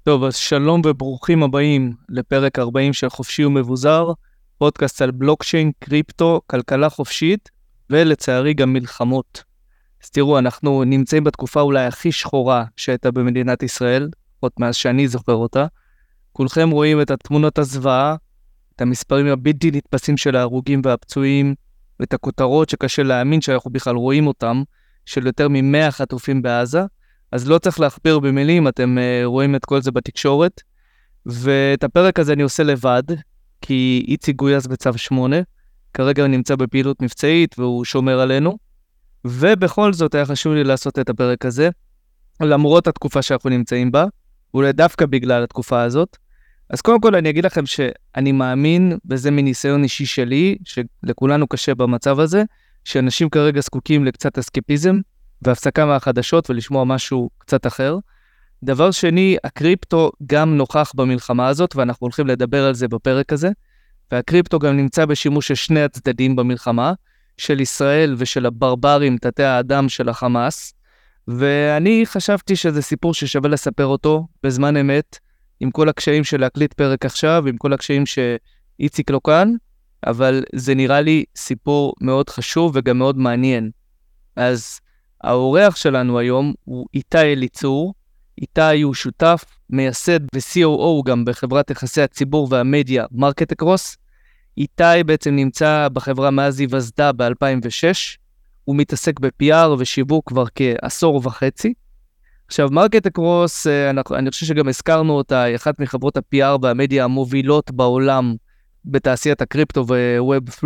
טוב, אז שלום וברוכים הבאים לפרק 40 של חופשי ומבוזר, פודקאסט על בלוקצ'יין, קריפטו, כלכלה חופשית, ולצערי גם מלחמות. אז תראו, אנחנו נמצאים בתקופה אולי הכי שחורה שהייתה במדינת ישראל, עוד מאז שאני זוכר אותה. כולכם רואים את התמונות הזוועה, את המספרים הבלתי נתפסים של ההרוגים והפצועים, ואת הכותרות שקשה להאמין שאנחנו בכלל רואים אותם, של יותר מ-100 חטופים בעזה. אז לא צריך להכביר במילים, אתם רואים את כל זה בתקשורת. ואת הפרק הזה אני עושה לבד, כי איציק גויס בצו 8, כרגע הוא נמצא בפעילות מבצעית והוא שומר עלינו, ובכל זאת היה חשוב לי לעשות את הפרק הזה, למרות התקופה שאנחנו נמצאים בה, אולי דווקא בגלל התקופה הזאת. אז קודם כל אני אגיד לכם שאני מאמין, וזה מניסיון אישי שלי, שלכולנו קשה במצב הזה, שאנשים כרגע זקוקים לקצת אסקפיזם, והפסקה מהחדשות ולשמוע משהו קצת אחר. דבר שני, הקריפטו גם נוכח במלחמה הזאת, ואנחנו הולכים לדבר על זה בפרק הזה, והקריפטו גם נמצא בשימוש של שני הצדדים במלחמה, של ישראל ושל הברברים, תתי האדם של החמאס, ואני חשבתי שזה סיפור ששווה לספר אותו בזמן אמת, עם כל הקשיים של להקליט פרק עכשיו, עם כל הקשיים שאיציק לא כאן, אבל זה נראה לי סיפור מאוד חשוב וגם מאוד מעניין. אז האורח שלנו היום הוא איתי אליצור. איתי הוא שותף, מייסד ו-COO גם בחברת יחסי הציבור והמדיה מרקט אקרוס. איתי בעצם נמצא בחברה מאז היווסדה ב-2006. הוא מתעסק ב-PR ושיווק כבר כעשור וחצי. עכשיו, מרקט אקרוס, אני חושב שגם הזכרנו אותה, היא אחת מחברות ה-PR והמדיה המובילות בעולם בתעשיית הקריפטו ו-Web 3.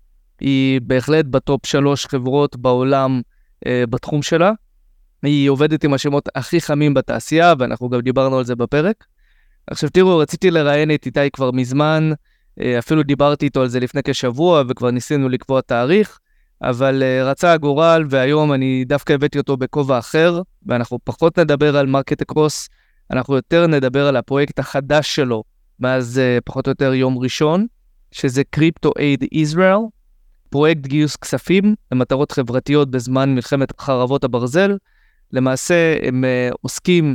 היא בהחלט בטופ 3 חברות בעולם בתחום שלה. היא עובדת עם השמות הכי חמים בתעשייה, ואנחנו גם דיברנו על זה בפרק. עכשיו תראו, רציתי לראיין את איתי כבר מזמן, אפילו דיברתי איתו על זה לפני כשבוע, וכבר ניסינו לקבוע תאריך, אבל רצה הגורל, והיום אני דווקא הבאתי אותו בכובע אחר, ואנחנו פחות נדבר על מרקט אקרוס, אנחנו יותר נדבר על הפרויקט החדש שלו, מאז פחות או יותר יום ראשון, שזה Crypto Aid Israel, פרויקט גיוס כספים למטרות חברתיות בזמן מלחמת חרבות הברזל. למעשה הם עוסקים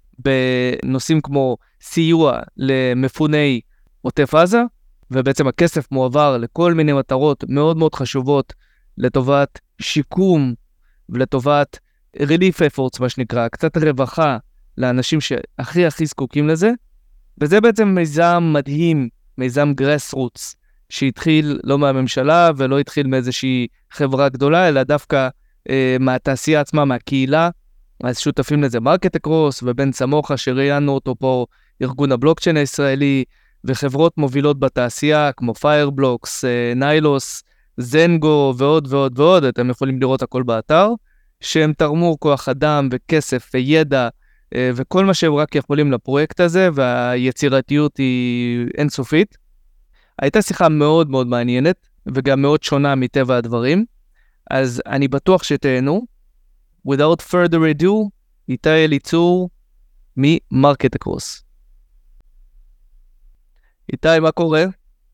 בנושאים כמו סיוע למפוני עוטף עזה, ובעצם הכסף מועבר לכל מיני מטרות מאוד מאוד חשובות לטובת שיקום ולטובת relief efforts, מה שנקרא, קצת רווחה לאנשים שהכי הכי זקוקים לזה. וזה בעצם מיזם מדהים, מיזם grassroots, שהתחיל לא מהממשלה ולא התחיל מאיזושהי חברה גדולה, אלא דווקא מהתעשייה עצמה, מהקהילה. אז שותפים לזה מרקט אקרוס ובן סמוכה שראיינו אותו פה, ארגון הבלוקצ'יין הישראלי, וחברות מובילות בתעשייה כמו פיירבלוקס, ניילוס, זנגו ועוד ועוד ועוד, אתם יכולים לראות הכל באתר, שהם תרמו כוח אדם וכסף וידע וכל מה שהם רק יכולים לפרויקט הזה, והיצירתיות היא אינסופית. הייתה שיחה מאוד מאוד מעניינת, וגם מאוד שונה מטבע הדברים, אז אני בטוח שתהנו. Without further ado, איתי אליצור ממרקט אקרוס. איתי, מה קורה?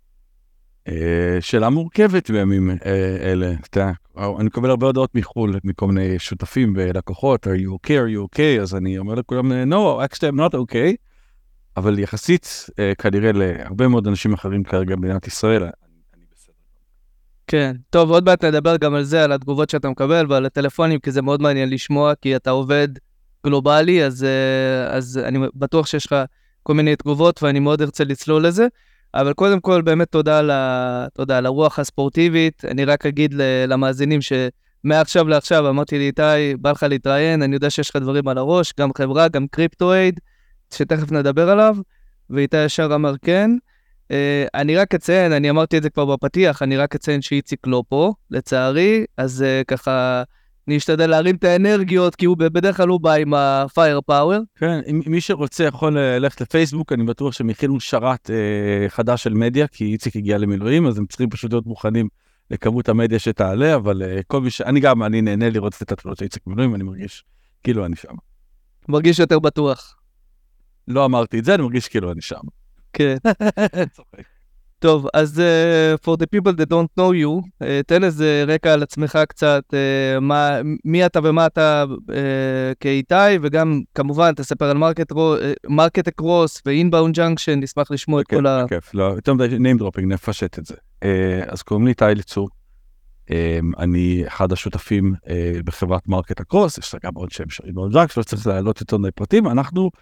שאלה מורכבת בימים אלה. אני מקבל הרבה הודעות מחול, מכל מיני שותפים ולקוחות, are you okay, are you okay? אז אני אומר לכולם, no, actually I'm not okay. אבל יחסית, כנראה להרבה מאוד אנשים אחרים כרגע במדינת ישראל, אני בסדר. כן, טוב, עוד מעט נדבר גם על זה, על התגובות שאתה מקבל ועל הטלפונים, כי זה מאוד מעניין לשמוע, כי אתה עובד גלובלי, אז אני בטוח שיש לך כל מיני תגובות, ואני מאוד ארצה לצלול לזה. אבל קודם כל, באמת תודה על הרוח הספורטיבית. אני רק אגיד למאזינים שמעכשיו לעכשיו אמרתי לי, איתי, בא לך להתראיין, אני יודע שיש לך דברים על הראש, גם חברה, גם קריפטו אייד, שתכף נדבר עליו, ואיתי ישר אמר כן. אני רק אציין, אני אמרתי את זה כבר בפתיח, אני רק אציין שאיציק לא פה, לצערי, אז ככה נשתדל להרים את האנרגיות, כי הוא בדרך כלל הוא בא עם ה-fire power. כן, מי שרוצה יכול ללכת לפייסבוק, אני בטוח שהם הכינו שרת חדש של מדיה, כי איציק הגיע למילואים, אז הם צריכים פשוט להיות מוכנים לכמות המדיה שתעלה, אבל כל מי אני נהנה לראות את התפלות של איציק מילואים, אני מרגיש כאילו אני שם. מרגיש יותר בטוח. לא אמרתי את זה, אני מרגיש כאילו אני שם. כן. צוחק. טוב, אז for the people that don't know you, תן איזה רקע על עצמך קצת, מי אתה ומה אתה כאיתי, וגם כמובן תספר על מרקט אקרוס ואינבאונד ג'אנקשן, נשמח לשמוע את כל ה... בכיף, לא, יותר מדי name dropping, נפשט את זה. אז קוראים לי איתי אליצור, אני אחד השותפים בחברת מרקט אקרוס, יש לה גם עוד שם של אינבאונד ג'אנקשן, לא צריך להעלות יותר מדי פרטים, אנחנו...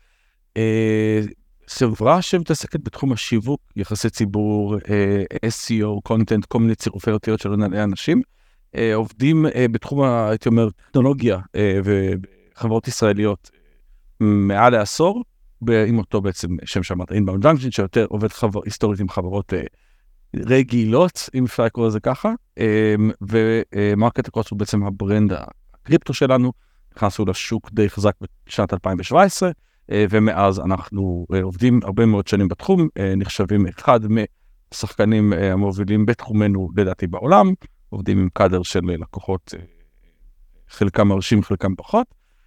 חברה שמתעסקת בתחום השיווק, יחסי ציבור, SEO, קונטנט, כל מיני צירופי אותיות שלא נעלה אנשים, עובדים בתחום, הייתי אומר, טכנולוגיה וחברות ישראליות מעל לעשור, עם אותו בעצם שם שאמרת, אינבאונד ג'אנקשן, שיותר עובד היסטורית עם חברות רגילות, אם אפשר לקרוא לזה ככה, ומרקט אקרוס הוא בעצם הברנד הקריפטו שלנו, נכנסנו לשוק די חזק בשנת 2017, ומאז אנחנו עובדים הרבה מאוד שנים בתחום, נחשבים אחד מהשחקנים המובילים בתחומנו לדעתי בעולם, עובדים עם קאדר של לקוחות, חלקם מרשים, חלקם פחות,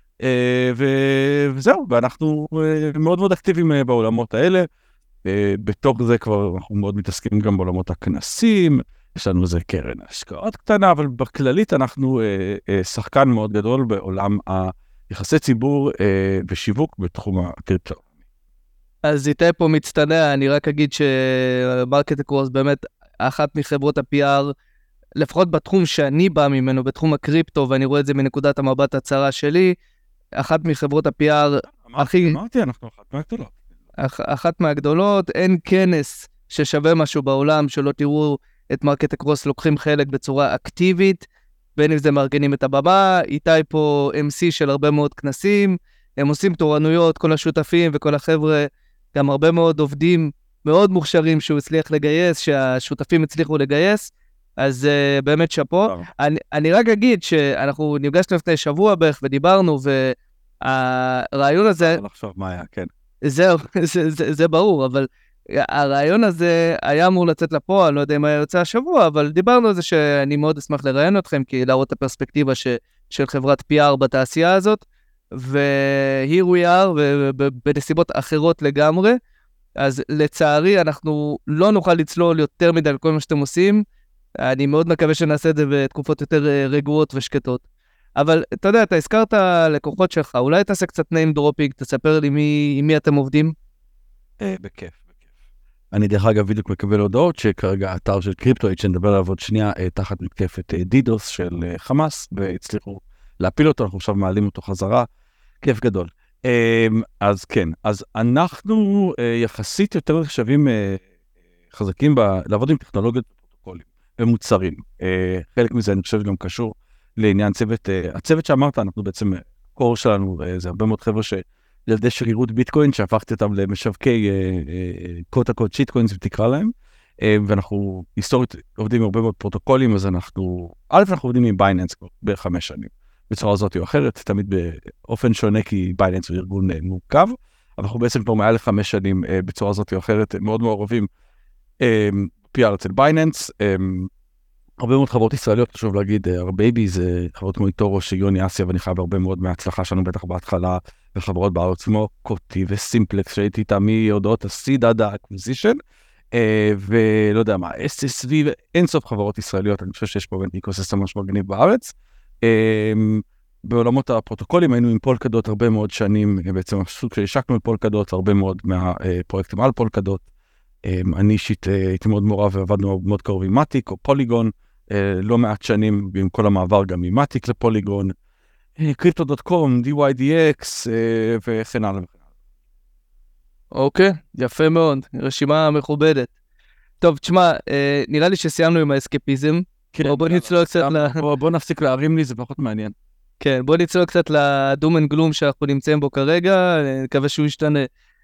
וזהו, ואנחנו מאוד מאוד אקטיביים בעולמות האלה, בתוך זה כבר אנחנו מאוד מתעסקים גם בעולמות הכנסים, יש לנו איזה קרן השקעות קטנה, אבל בכללית אנחנו שחקן מאוד גדול בעולם יחסי ציבור ושיווק בתחום הקריפטו. אז איתי פה מצטנע, אני רק אגיד שמרקט אקרוס באמת אחת מחברות ה-PR, לפחות בתחום שאני בא ממנו, בתחום הקריפטו, ואני רואה את זה מנקודת המבט הצרה שלי, אחת מחברות ה-PR הכי... אמרתי, אנחנו אחת מהגדולות. אחת מהגדולות, אין כנס ששווה משהו בעולם, שלא תראו את מרקט אקרוס לוקחים חלק בצורה אקטיבית, בין אם זה מארגנים את הבמה, איתי פה MC של הרבה מאוד כנסים, הם עושים תורנויות, כל השותפים וכל החבר'ה, גם הרבה מאוד עובדים מאוד מוכשרים שהוא הצליח לגייס, שהשותפים הצליחו לגייס, אז באמת שפו. אני רק אגיד שאנחנו נפגשנו לפני שבוע בערך ודיברנו, והרעיון הזה... לחשוב מה היה, כן. זהו, זה ברור, אבל הרעיון הזה היה אמור לצאת לפה, אני לא יודע אם היה יוצא השבוע, אבל דיברנו על זה שאני מאוד אשמח לראיין אתכם, כי להראות את הפרספקטיבה של חברת PR בתעשייה הזאת, ו-here we are, ובנסיבות אחרות לגמרי, אז לצערי אנחנו לא נוכל לצלול יותר מדי על כל מה שאתם עושים, אני מאוד מקווה שנעשה את זה בתקופות יותר רגועות ושקטות. אבל אתה יודע, אתה הזכרת לקוחות שלך, אולי תעשה קצת name dropping, תספר לי עם מי אתם עובדים? בכיף. אני דרך אגב בדיוק מקבל הודעות שכרגע האתר של קריפטו, שנדבר עליו עוד שנייה, תחת מתקפת דידוס של חמאס, והצליחו להפיל אותו, אנחנו עכשיו מעלים אותו חזרה, כיף גדול. אז כן, אז אנחנו יחסית יותר נחשבים חזקים לעבוד עם טכנולוגיות ופרוטוקולים ומוצרים. חלק מזה אני חושב גם קשור לעניין צוות, הצוות שאמרת, אנחנו בעצם, קור שלנו, זה הרבה מאוד חבר'ה ילדי שרירות ביטקוין, שהפכתי אותם למשווקי קוד שיטקוינס ותקרא להם, ואנחנו היסטורית עובדים עם הרבה מאוד פרוטוקולים, אז אנחנו עובדים עם בייננס כבר בערך 5 שנים, בצורה הזאת או אחרת, תמיד באופן שונה, כי בייננס הוא ארגון מורכב, אבל אנחנו בעצם כבר מעל 5 שנים בצורה הזאת או אחרת, מאוד מעורבים PR אצל בייננס, הרבה מאוד חברות ישראליות, חשוב להגיד, הרבה זה חברות כמו איטורו, שיוני אסיה, ואני חייב הרבה מאוד מההצלחה שלנו בטח בהתחלה, וחברות בארץ כמו קוטי וסימפלקס, שהייתי איתה מהודעות הסיד עד האקוויזישן, ולא יודע מה, SSV ואין סוף חברות ישראליות, אני חושב שיש פה באמת איקוסיסטם ממש מגניב בארץ. בעולמות הפרוטוקולים היינו עם פולקדות הרבה מאוד שנים, בעצם סוג שהשקנו את פולקדות, הרבה מאוד מהפרויקטים על פולקדות. אני אישית הייתי מאוד מעורב ועבדנו מאוד קרוב עם מטיק או פוליגון, לא מעט שנים עם כל המעבר גם ממטיק לפוליגון, crypto.com, DYDX וכן הלאה. אוקיי, יפה מאוד, רשימה מכובדת. טוב, תשמע, נראה לי שסיימנו עם האסקפיזם. בוא נצלול קצת בוא נפסיק להרים לי, זה פחות מעניין. כן, בוא נצלול קצת לדום אנד גלום שאנחנו נמצאים בו כרגע, אני מקווה שהוא ישתנה.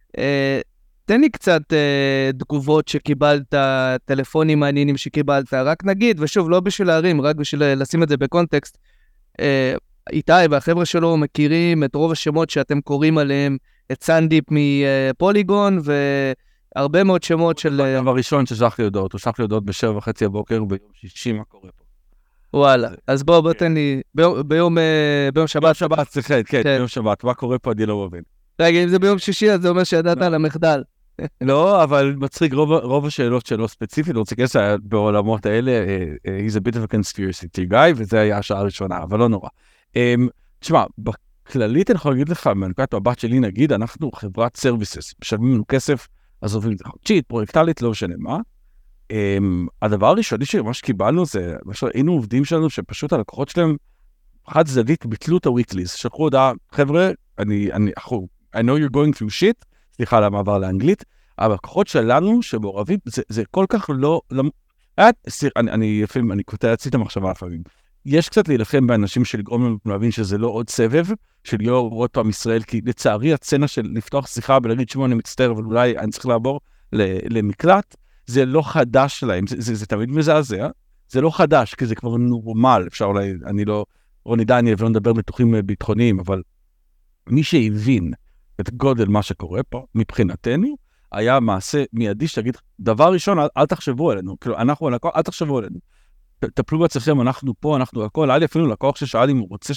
תן לי קצת תגובות שקיבלת, טלפונים מעניינים שקיבלת, רק נגיד, ושוב, לא בשביל להרים, רק בשביל לשים את זה בקונטקסט, איתי והחבר'ה שלו מכירים את רוב השמות שאתם קוראים עליהם, את סנדיפ מפוליגון, והרבה מאוד שמות של... הדבר הראשון ששלח לי הודעות, הוא שלח לי הודעות ב7:30 הבוקר, ביום שישי, מה קורה פה? וואלה, אז בוא תן לי, ביום שבת. כן, ביום שבת, מה קורה פה, אני לא מבין. רגע, אם זה ביום שישי, אז זה אומר שידעת על המחדל. לא, אבל מצחיק, רוב השאלות שלו ספציפית, אני רוצה להיכנס בעולמות האלה, he's a bit of a conspiracy guy, וזה היה השעה הראשונה, אבל לא נורא. תשמע, בכללית אני יכול להגיד לך, מנקודת הבת שלי נגיד, אנחנו חברת סרוויסס, משלמים לנו כסף, אז עוברים את זה חודשית, פרויקטלית, לא משנה מה. הדבר הראשוני שממש קיבלנו זה, היינו עובדים שלנו שפשוט הלקוחות שלהם, חד צדדית ביטלו את הוויקליז, שלחו הודעה, חבר'ה, I know you're going through shit, סליחה על המעבר לאנגלית, אבל הכוחות שלנו שמעורבים, זה כל כך לא, אני קוטע להציץ את המחשבה לפעמים. יש קצת להילחם באנשים שלגרום לנו להבין שזה לא עוד סבב, של יור עוד פעם ישראל, כי לצערי הצנה של לפתוח שיחה ולהגיד שמו אני מצטער, אבל אולי אני צריך לעבור למקלט, זה לא חדש להם, זה תמיד מזעזע, זה לא חדש, כי זה כבר נורמל, אפשר אולי, אני לא, רוני דניאל ולא נדבר בתוכים ביטחוניים, אבל מי שהבין את גודל מה שקורה פה, מבחינתנו, היה מעשה מיידי שתגיד, דבר ראשון, אל תחשבו עלינו, כאילו, אנחנו הלקוח, אל תחשבו עלינו. תפלו בעצמכם, אנחנו פה, אנחנו הכל, היה לי אפילו לקוח ששאל אם הוא רוצה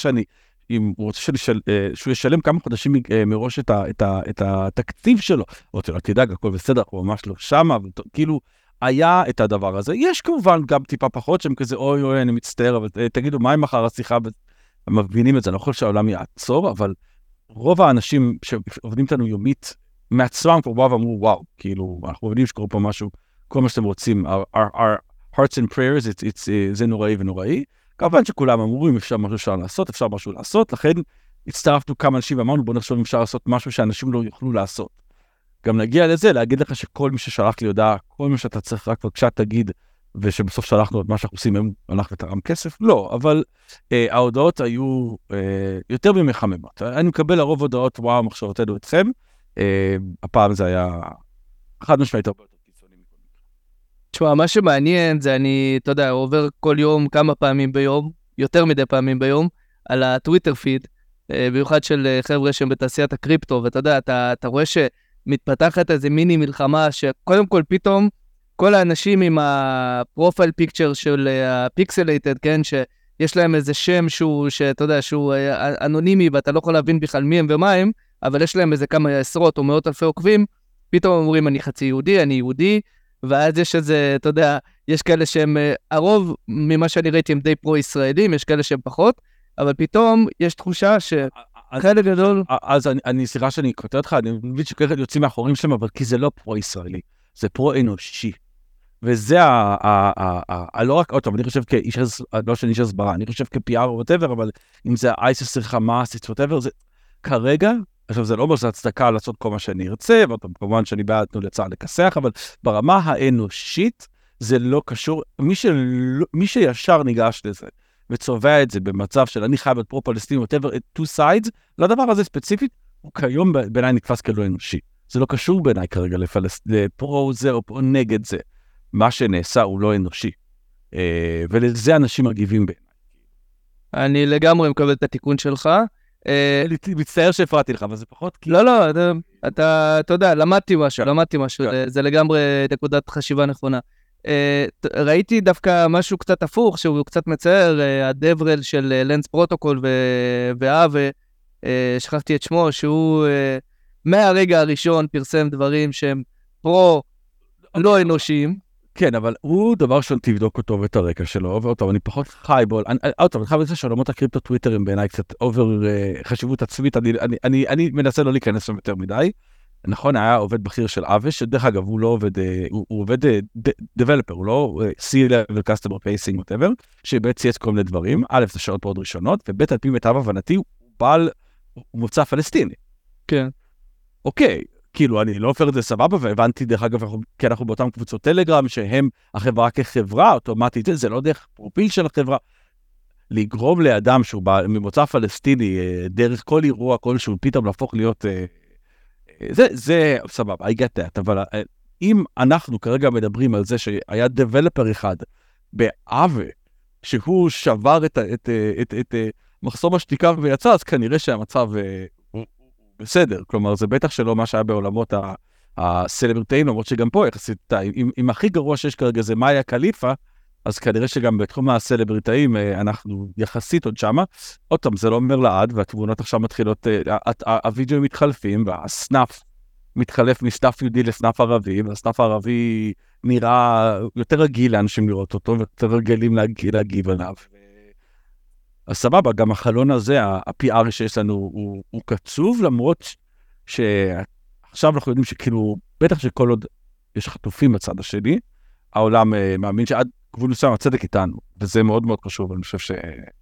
שהוא ישלם כמה חודשים מראש את התקציב שלו. אמרתי לו, תדאג, הכל בסדר, הוא ממש לא שמה, כאילו, היה את הדבר הזה. יש כמובן גם טיפה פחות שהם כזה, אוי, אני מצטער, אבל תגידו, מה עם מחר השיחה? מבינים את זה, אני לא חושב שהעולם יעצור, אבל רוב האנשים שעובדים איתנו יומית, מעצמם כבר באו ואמרו, וואו, כאילו, אנחנו מבינים שקורה פה משהו, כל מה שאתם רוצים, our hearts and prayers, זה נוראי ונוראי. כמובן שכולם אמרו, אם אפשר משהו לעשות, לכן הצטרפנו כמה אנשים ואמרנו, בוא נחשוב אם אפשר לעשות משהו שאנשים לא יוכלו לעשות. גם נגיע לזה, להגיד לך שכל מי ששלח לי הודעה, כל מה שאתה צריך רק בבקשה תגיד, ושבסוף שלחנו את מה שאנחנו עושים, הם הלך ותרם כסף? לא, אבל ההודעות היו יותר ממחממות. אני מקבל לרוב הודעות, וואו, מחשבותינו אתכם, הפעם זה היה חד משמעית הרבה יותר קיצוני. תשמע, מה שמעניין זה אתה יודע, עובר כל יום כמה פעמים ביום, יותר מדי פעמים ביום, על הטוויטר פיד, במיוחד של חבר'ה שהם בתעשיית הקריפטו, ואתה יודע, אתה רואה שמתפתחת איזה מיני מלחמה, שקודם כל פתאום, כל האנשים עם הפרופיל פיקצ'ר של הפיקסלייטד, כן, שיש להם איזה שם שאתה יודע, שהוא אנונימי, ואתה לא יכול להבין בכלל מי הם ומה הם, אבל יש להם איזה כמה עשרות או מאות אלפי עוקבים, פתאום אומרים, אני חצי יהודי, אני יהודי, ואז יש איזה, אתה יודע, יש כאלה שהם, הרוב ממה שאני ראיתי הם די פרו-ישראלים, יש כאלה שהם פחות, אבל פתאום יש תחושה שחלק גדול... אז אני סליחה שאני כותב אותך, אני מבין שככה יוצאים מאחורים שלהם, אבל כי זה לא פרו-ישראלי, זה פרו-אנושי. וזה לא רק, עוד טוב, אני חושב כאיש, לא שאני איש הסברה, אני חושב כ-PR או whatever, אבל אם זה ISIS, חמאס, whatever, זה כרגע, עכשיו זה לא אומר שזה הצדקה לעשות כל מה שאני ארצה, וכמובן שאני בעד תנו לצה"ל לכסח, אבל ברמה האנושית זה לא קשור, מי שישר ניגש לזה, וצובע את זה במצב של אני חייב להיות פרו-פלסטיני, whatever, two sides, לדבר הזה ספציפית, הוא כיום בעיניי נתפס כלא אנושי. זה לא קשור בעיניי כרגע לפרו זה או פרו נגד זה. מה שנעשה הוא לא אנושי. ולזה אנשים מגיבים בעיניי. אני לגמרי מקבל את התיקון שלך. מצטער שהפרעתי לך, אבל זה פחות... לא, אתה יודע, למדתי משהו, זה לגמרי נקודת חשיבה נכונה. ראיתי דווקא משהו קצת הפוך, שהוא קצת מצער, הדברל של לנס פרוטוקול שכחתי את שמו, שהוא מהרגע הראשון פרסם דברים שהם פרו לא אנושיים. כן, אבל הוא דבר ראשון תבדוק אותו ואת הרקע שלו, ואותו, אני פחות חי בו, אני חייב לזה שעולמות הקריפטו טוויטר הם בעיניי קצת אובר חשיבות עצמית, אני מנסה לא להיכנס שם יותר מדי. נכון, היה עובד בכיר של אבש, שדרך אגב הוא לא עובד, הוא עובד developer, הוא לא C-level customer facing whatever, שבאמת צייץ כל מיני דברים, א' זה שעות מאוד ראשונות, וב' על פי מיטב הבנתי הוא מוצא פלסטיני. כן. אוקיי. כאילו, אני לא עופר את זה סבבה, והבנתי דרך אגב, כי אנחנו באותם קבוצות טלגרם, שהם החברה כחברה, אוטומטית, זה לא דרך פרופיל של החברה. לגרום לאדם שהוא ממוצא פלסטיני, דרך כל אירוע כלשהו, פתאום להפוך להיות, זה סבבה, I get that, אבל אם אנחנו כרגע מדברים על זה שהיה דבלפר אחד באווה, שהוא שבר את מחסום השתיקה ויצא, אז כנראה שהמצב... בסדר, כלומר, זה בטח שלא מה שהיה בעולמות הסלבריטאים, למרות שגם פה יחסית, אם הכי גרוע שיש כרגע זה מאיה קליפה, אז כנראה שגם בתחום הסלבריטאים אנחנו יחסית עוד שמה. עוד פעם, זה לא אומר לעד, והתמונות עכשיו מתחילות, הווידאוים מתחלפים, והסנאפ מתחלף מסנף יהודי לסנף ערבי, והסנף הערבי נראה יותר רגיל לאנשים לראות אותו, ויותר רגילים להגיב עליו. אז סבבה, גם החלון הזה, ה-PR שיש לנו, הוא קצוב, למרות שעכשיו אנחנו יודעים שכאילו, בטח שכל עוד יש חטופים בצד השני, העולם מאמין שעד גבול מסוים הצדק איתנו, וזה מאוד מאוד חשוב, אני חושב ש...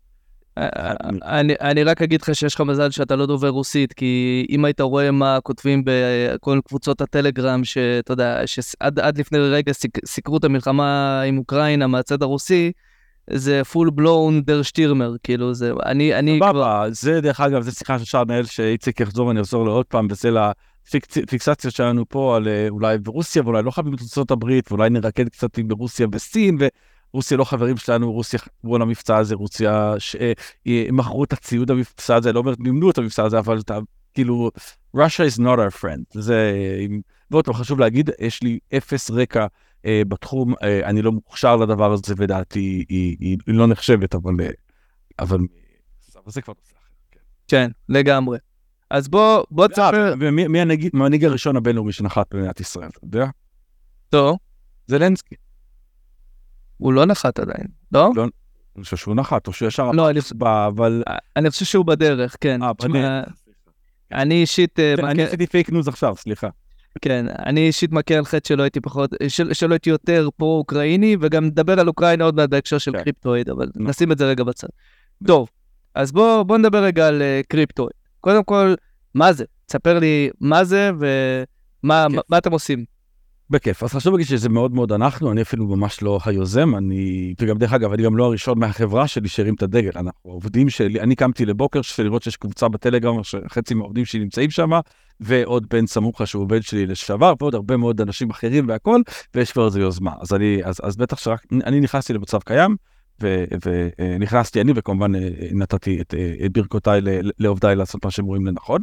אני רק אגיד לך שיש לך מזל שאתה לא דובר רוסית, כי אם היית רואה מה כותבים בכל קבוצות הטלגרם, שאתה יודע, שעד לפני רגע סיקרו את המלחמה עם אוקראינה מהצד הרוסי, זה full blown דר שטירמר, כאילו זה, אני כבר... זה דרך אגב, זה שיחה ששר נהל שאיציק יחזור ואני אחזור לו עוד פעם, וזה לפיקסציה שלנו פה על אולי ברוסיה, ואולי לא חייבים בתוצאות הברית, ואולי נרקד קצת עם ברוסיה וסין, רוסיה לא חברים שלנו, רוסיה חברו למבצע הזה, רוסיה שמכרו את הציוד המבצע הזה, לא אומרת, נמנו את המבצע הזה, אבל כאילו, Russia is not our friend. זה, ועוד פעם חשוב להגיד, יש לי אפס רקע בתחום, אני לא מוכשר לדבר הזה, ודעתי היא לא נחשבת, אבל זה כבר נושא אחר. כן, לגמרי. אז בוא תספר... ומי המנהיג הראשון הבינלאומי שנחת במדינת ישראל, אתה יודע? טוב. זלנסקי. הוא לא נחת עדיין, לא? לא, אני חושב שהוא נחת, או שהוא ישר... לא, אבל... אני חושב שהוא בדרך, כן. אני אישית... אני עשיתי פייק ניוז עכשיו, סליחה. כן, אני אישית מכיר על חטא שלא הייתי יותר פרו-אוקראיני, וגם נדבר על אוקראינה עוד מעט בהקשר של קריפטואיד, אבל נשים את זה רגע בצד. טוב, אז בוא נדבר רגע על קריפטואיד. קודם כל, מה זה? תספר לי מה זה ומה אתם עושים. בכיף, אז חשוב להגיד שזה מאוד מאוד אני אפילו ממש לא היוזם, וגם דרך אגב, אני גם לא הראשון מהחברה שלי שהרים את הדגל, אנחנו עובדים שלי, אני קמתי לבוקר של לראות שיש קבוצה בטלגרם, שחצי מהעובדים שלי נמצאים שם, ועוד בן סמוכה שהוא עובד שלי לשעבר, ועוד הרבה מאוד אנשים אחרים והכל, ויש כבר איזו יוזמה. אז בטח שרק, אני נכנסתי למצב קיים, ונכנסתי אני, וכמובן נתתי את ברכותיי לעובדיי לעשות מה שהם רואים לנכון.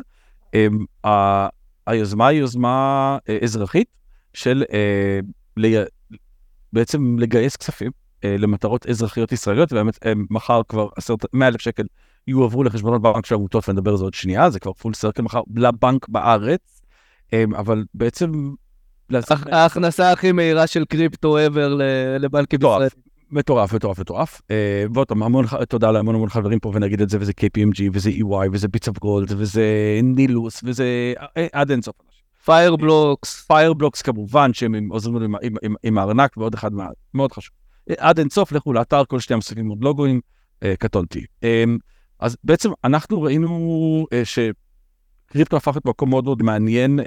היוזמה היא יוזמה אזרחית, של בעצם לגייס כספים למטרות אזרחיות ישראליות, ובאמת מחר כבר 100,000 שקל יועברו לחשבונות בנק של עמותות, ונדבר על זה עוד שנייה, זה כבר פול סרקל מחר לבנק בארץ, אבל בעצם... ההכנסה הכי מהירה של קריפטו ever לבנקים בישראל. מטורף. ועוד המון תודה להמון חברים פה, ונגיד את זה, וזה KPMG, וזה EY, וזה ביטס אוף גולד, וזה נילוס, וזה עד אינסוף. פיירבלוקס כמובן, שהם עוזרים לנו עם הארנק, ועוד אחד מאוד חשוב. עד אינסוף, לכו לאתר, כל שני המספים עוד לוגוים, קטונתי. אז בעצם אנחנו ראינו שקריפטו הפך את מקום מאוד מאוד מעניין,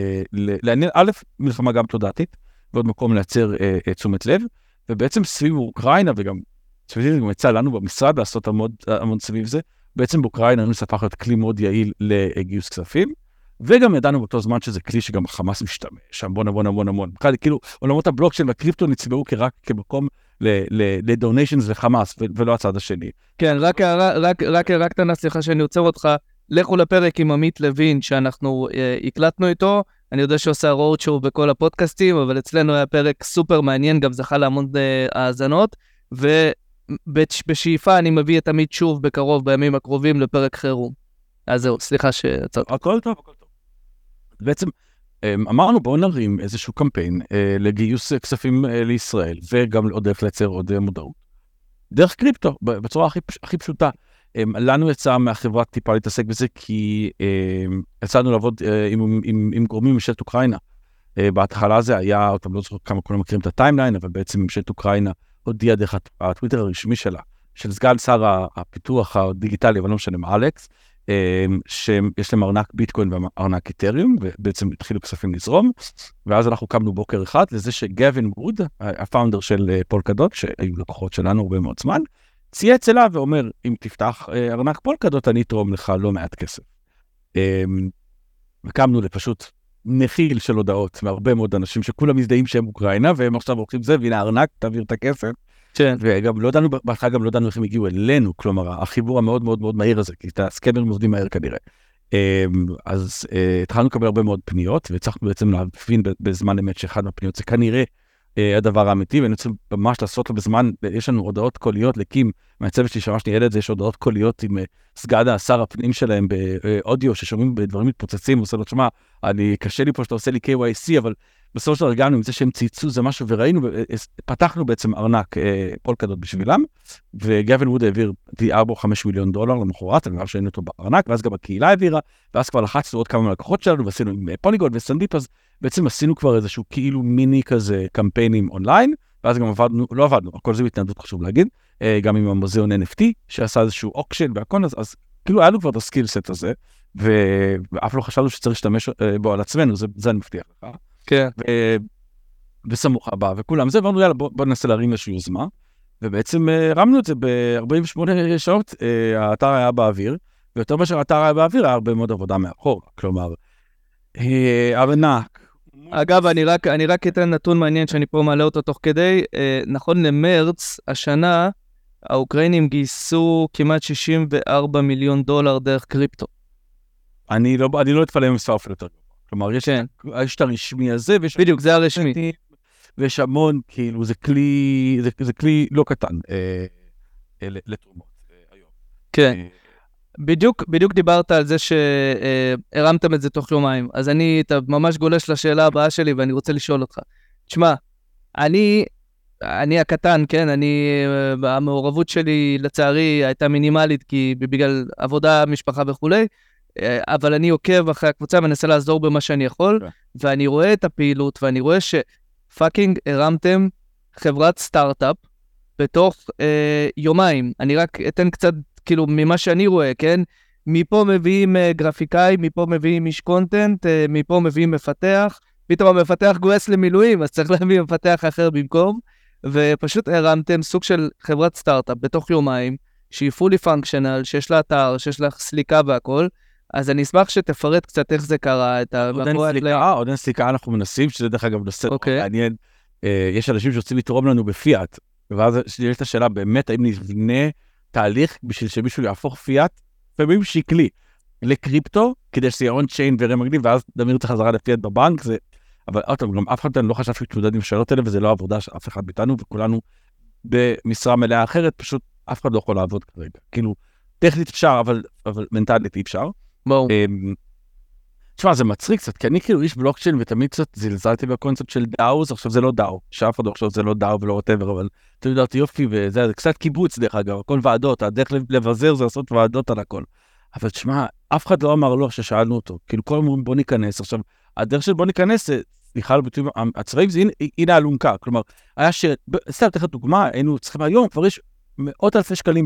א', מלחמה גם תודעתית, ועוד מקום לייצר תשומת לב, ובעצם סביב אוקראינה, וגם סביב זה גם יצא לנו במשרד לעשות המון סביב זה, בעצם באוקראינה זה הפך להיות כלי מאוד יעיל לגיוס כספים, וגם ידענו באותו זמן שזה כלי שגם חמאס משתמש, שם המון. כאילו, עולמות הבלוקצ'יין והקריפטו נצבעו רק כמקום לדוניישנס לחמאס, ולא הצד השני. כן, רק תנה, סליחה שאני עוצר אותך, לכו לפרק עם עמית לוין, שאנחנו הקלטנו איתו, אני יודע שעושה רואוד שואו בכל הפודקאסטים, אבל אצלנו היה פרק סופר מעניין, גם זכה להמון האזנות, ובשאיפה אני מביא את עמית שוב בקרוב, בימים הקרובים, לפרק חירום. אז זהו, סליחה שעצרת. הכל טוב. בעצם אמרנו בואו נרים איזשהו קמפיין לגיוס כספים לישראל, וגם עוד דרך לייצר עוד מודעות. דרך קריפטו, בצורה הכי פשוטה. לנו יצא מהחברה טיפה להתעסק בזה, כי יצאנו לעבוד עם גורמים ממשלת אוקראינה. בהתחלה זה היה, אתם לא זוכר כמה כולם מכירים את הטיימליין, אבל בעצם ממשלת אוקראינה הודיעה דרך הטוויטר הרשמי שלה, של סגן שר הפיתוח הדיגיטלי, אבל לא משנה מה, אלכס, שיש להם ארנק ביטקוין וארנק איתריום, ובעצם התחילו כספים לזרום, ואז אנחנו קמנו בוקר אחד לזה שגווין ווד, הפאונדר של פולקדוט, שהיו לקוחות שלנו הרבה מאוד זמן, צייץ אליו ואומר, אם תפתח ארנק פולקדוט, אני אתרום לך לא מעט כסף. וקמנו לפשוט נחיל של הודעות מהרבה מאוד אנשים שכולם מזדהים שהם אוקראינה, והם עכשיו הולכים זה, והנה הארנק, תעביר את הכסף. כן. וגם לא ידענו, בהתחלה גם לא ידענו איך הם הגיעו אלינו, כלומר, החיבור המאוד מאוד מאוד מהיר הזה, כי את הסקמרים עובדים מהר כנראה. אז התחלנו לקבל הרבה מאוד פניות, והצלחנו בעצם להבין בזמן אמת שאחד מהפניות זה כנראה הדבר האמיתי, ואני רוצה ממש לעשות לו בזמן, יש לנו הודעות קוליות לקים, מהצוות שלי שמש ניהל את זה, יש הודעות קוליות עם סגן שר הפנים שלהם באודיו, ששומעים בדברים מתפוצצים, ועושה לו, שמע, קשה לי פה שאתה עושה לי KYC, אבל בסופו של דבר הגענו עם זה שהם צייצו, זה משהו, וראינו, פתחנו בעצם ארנק פולקדוט בשבילם, וגאווין ווד העביר $4-5 מיליון למחרת, אני חושב שהיינו אותו בארנק, ואז גם הקהילה העבירה, ואז כבר לחצנו עוד כמה מלקוחות שלנו, ועשינו עם פוליגון וסנדיפ, אז בעצם עשינו כבר איזשהו כאילו מיני כזה קמפיינים אונליין, ואז גם עבדנו, לא עבדנו, הכל זה בהתנדבות חשוב להגיד, גם עם המוזיאון NFT, שעשה איזשהו אוקשן והכל, אז כאילו היה לנו כבר את הסקילסט הזה, ואף לא חשבנו שצריך להשתמש בו על עצמנו, זה אני מבטיח לך. כן. וסמוך הבא, וכולם זה, ואמרנו, יאללה, בוא ננסה להרים איזושהי יוזמה, ובעצם הרמנו את זה ב-48 שעות, האתר היה באוויר, ויותר מאשר האתר היה באוויר, היה הרבה מאוד עבודה מאחור, כלומר, ארנק. אגב, אני רק אתן נתון מעניין שאני פה מעלה אותו תוך כדי, נכון למרץ, השנה, האוקראינים גייסו כמעט $64 מיליון דרך קריפטו. אני לא אתפלא עם מספר אפילו יותר. כלומר, יש את הרשמי הזה, בדיוק, זה הרשמי. ויש המון, כאילו, זה כלי לא קטן לתרומות היום. כן. בדיוק דיברת על זה שהרמתם את זה תוך יומיים, אז אתה ממש גולש לשאלה הבאה שלי, ואני רוצה לשאול אותך. תשמע, אני הקטן, כן, המעורבות שלי לצערי הייתה מינימלית, כי בגלל עבודה, משפחה וכולי, אבל אני עוקב אחרי הקבוצה, מנסה לעזור במה שאני יכול, ואני רואה את הפעילות, ואני רואה שפאקינג הרמתם חברת סטארט-אפ, בתוך יומיים. אני רק אתן קצת, כאילו, ממה שאני רואה, כן? מפה מביאים גרפיקאי, מפה מביאים איש קונטנט, מפה מביאים מפתח, פתאום המפתח גויס למילואים, אז צריך להביא מפתח אחר במקום, ופשוט הרמתם סוג של חברת סטארט-אפ בתוך יומיים, שהיא fully functional, שיש לה אתר, שיש לה סליקה והכל, אז אני אשמח שתפרט קצת איך זה קרה, את עוד אין סליקה, אנחנו מנסים, שזה דרך אגב נושא מעניין, יש אנשים שרוצים לתרום לנו בפיאט, ואז יש את השאלה באמת, האם נבנה תהליך בשביל שמישהו יהפוך פיאט, פעמים שקלי, לקריפטו, כדי שזה יהיה און צ'יין וראה מגניב, ואז דמיר את החזרה לפיאט בבנק, אבל גם אף אחד לא חשב להתמודד עם שאלות האלה, וזה לא עבודה שאף אחד מאיתנו, וכולנו במשרה מלאה אחרת, פשוט אף אחד לא יכול לעבוד כרגע. כאילו, טכנית אפשר, אבל מנטלית אי אפשר. בואו. תשמע, זה מצחיק קצת, כי אני כאילו איש בלוקצ'יין, ותמיד קצת זלזלתי בקונספט של דאוז, עכשיו זה לא דאו, שאף אחד לא חושב שזה לא דאו ולא רוטבר, אבל אתה יודעת יופי, וזה קצת קיבוץ דרך אגב, הכל ועדות, הדרך לבזר זה לעשות ועדות על הכל. אבל תשמע, אף אחד לא אמר לו ששאלנו אותו, כאילו כל אומרים בוא ניכנס, עכשיו, הדרך של בוא ניכנס, סליחה על ביטויים הצבאיים, זה הנה אלונקה, כלומר, היה סתם תכף דוגמה, היינו צריכים היום, כבר יש מאות אלפי שקלים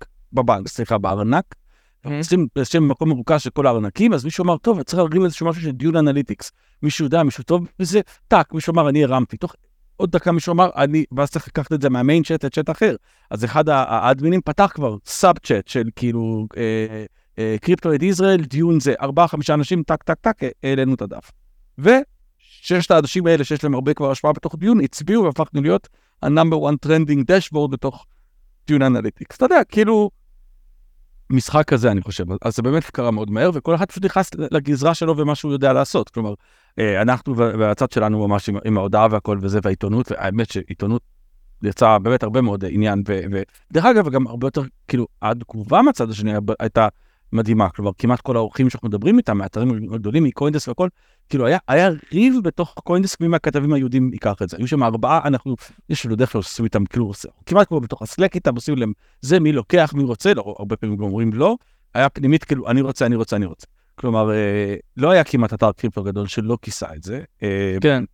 בארנק, עושים מקום מרוכז של כל הארנקים, אז מישהו אמר, טוב, צריך להרים איזשהו משהו של דיון אנליטיקס, מישהו יודע, מישהו טוב בזה, טק, מישהו אמר, אני הרמתי, תוך עוד דקה מישהו אמר, ואז צריך לקחת את זה מהמיין צ'אט לצ'אט אחר, אז אחד האדמינים פתח כבר סאב צ'אט של כאילו, קריפטו את ישראל, דיון זה 4-5 אנשים, טק, טק, טק, העלינו את הדף. וששת האנשים האלה שיש להם הרבה כבר השפעה בתוך דיון, הצביעו והפכנו להיות ה-number one trending dashboard בתוך דיון אנליטיקס. אתה יודע, כאילו, משחק כזה אני חושב, אז זה באמת קרה מאוד מהר, וכל אחד פשוט נכנס לגזרה שלו ומה שהוא יודע לעשות, כלומר, אנחנו והצד שלנו ממש עם ההודעה והכל וזה, והעיתונות, והאמת שעיתונות יצאה באמת הרבה מאוד עניין, ודרך אגב, גם הרבה יותר, כאילו, התגובה מהצד השני הייתה מדהימה, כלומר, כמעט כל האורחים שאנחנו מדברים איתם, מהאתרים הגדולים, מקוינדסק והכל, כאילו, היה ריב בתוך קוינדסק, מי מהכתבים היהודים ייקח את זה. היו שם 4, יש לנו דרך כלל שעושים איתם, כאילו, כמעט כמו בתוך הסלק איתם, עושים להם, זה מי לוקח, מי רוצה, לא, הרבה פעמים גם אומרים לא, היה פנימית, כאילו, אני רוצה. כלומר, לא היה כמעט אתר קריפטו גדול שלא כיסה את זה. כן.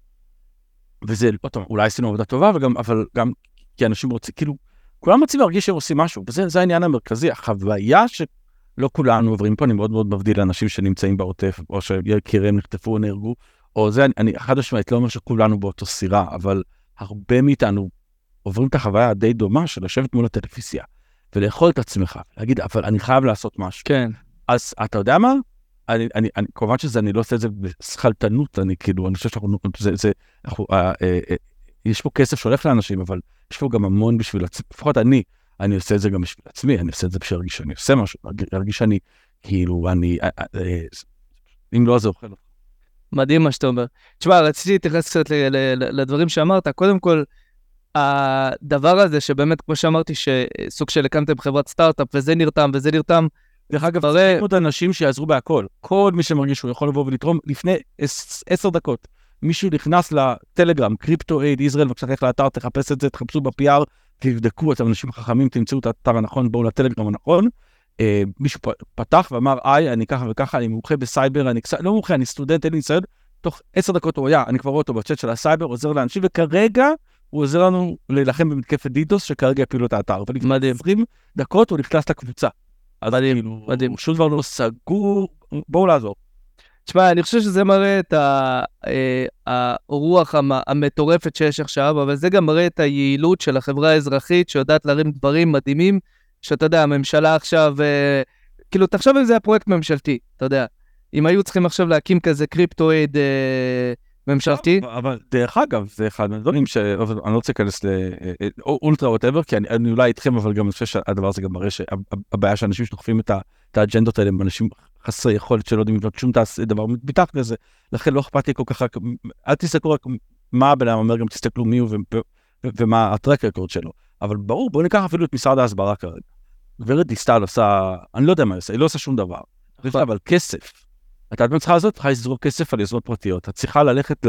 וזה, אולי עשינו עבודה טובה, אבל גם כי אנשים רוצים, כאילו, כולם רוצים להרגיש שהם עושים משהו, וזה העניין המרכזי, החוויה שלא כולנו עוברים פה, אני מאוד מאוד מבדיל לאנשים שנמצאים בעוטף, או שיקיריהם נחטפו או נהרגו, או זה, אני חד משמעית לא אומר שכולנו באותו סירה, אבל הרבה מאיתנו עוברים את החוויה הדי דומה של לשבת מול הטלוויזיה, ולאכול את עצמך, להגיד, אבל אני חייב לעשות משהו. כן. אז אתה יודע מה? כמובן שזה, אני לא עושה את זה בסחלטנות, אני חושב שאנחנו, יש פה כסף שהולך לאנשים, אבל יש פה גם המון בשביל עצמי, לפחות אני עושה את זה גם בשביל עצמי, אני עושה את זה בשביל להרגיש שאני עושה משהו, להרגיש שאני, כאילו, אם לא, זה אוכל אותך. מדהים מה שאתה אומר. תשמע, רציתי להתייחס קצת לדברים שאמרת. קודם כל, הדבר הזה שבאמת, כמו שאמרתי, שסוג של הקמתם חברת סטארט-אפ, וזה נרתם, דרך אגב, צריכים עוד אנשים שיעזרו בהכל. כל מי שמרגיש שהוא יכול לבוא ולתרום לפני 10 דקות. מישהו נכנס לטלגרם, קריפטו אייד ישראל, בבקשה תלך לאתר, תחפש את זה, תחפשו בפי-אר, תבדקו, אתם אנשים חכמים, תמצאו את האתר הנכון, בואו לטלגרם הנכון. מישהו פתח ואמר, אני ככה וככה, אני מומחה בסייבר, לא מומחה, אני סטודנט, אין לי ניסיון. תוך 10 דקות הוא היה, אני כבר רואה אותו בצ'אט של הסייבר, עוזר לאנשים, וכרגע הוא עוזר לנו להילחם במתקפת דידוס, שכרגע הפילו את האתר. מדהים. 20 דקות הוא נכנס לקבוצה. מדהים. שום דבר לא סגור, בואו לעזור. תשמע, אני חושב שזה מראה את הרוח המטורפת שיש עכשיו, אבל זה גם מראה את היעילות של החברה האזרחית, שיודעת להרים דברים מדהימים, שאתה יודע, הממשלה עכשיו, כאילו, תחשוב אם זה הפרויקט ממשלתי, אתה יודע, אם היו צריכים עכשיו להקים כזה קריפטו אייד ממשלתי. אבל דרך אגב, זה אחד מהדברים שאני לא רוצה להיכנס לאולטרה ווטאבר, כי אני אולי איתכם, אבל גם אני חושב שהדבר הזה גם מראה שהבעיה שאנשים שדוחפים את האג'נדות האלה, הם אנשים חסרי יכולת שלא יודעים לבנות שום דבר מתחת לזה, לכן לא אכפת לי כל כך, אל תסתכלו רק מה הבן אדם אומר, גם תסתכלו מי הוא ומה הטרק רקורד שלו, אבל ברור, בואו ניקח אפילו את משרד ההסברה כרגע. גברת דיסטל עושה, אני לא יודע מה עושה, היא לא עושה שום דבר, אבל כסף. אתה צריכה לעשות, צריכה לזרוק כסף על יוזמות פרטיות, את צריכה ללכת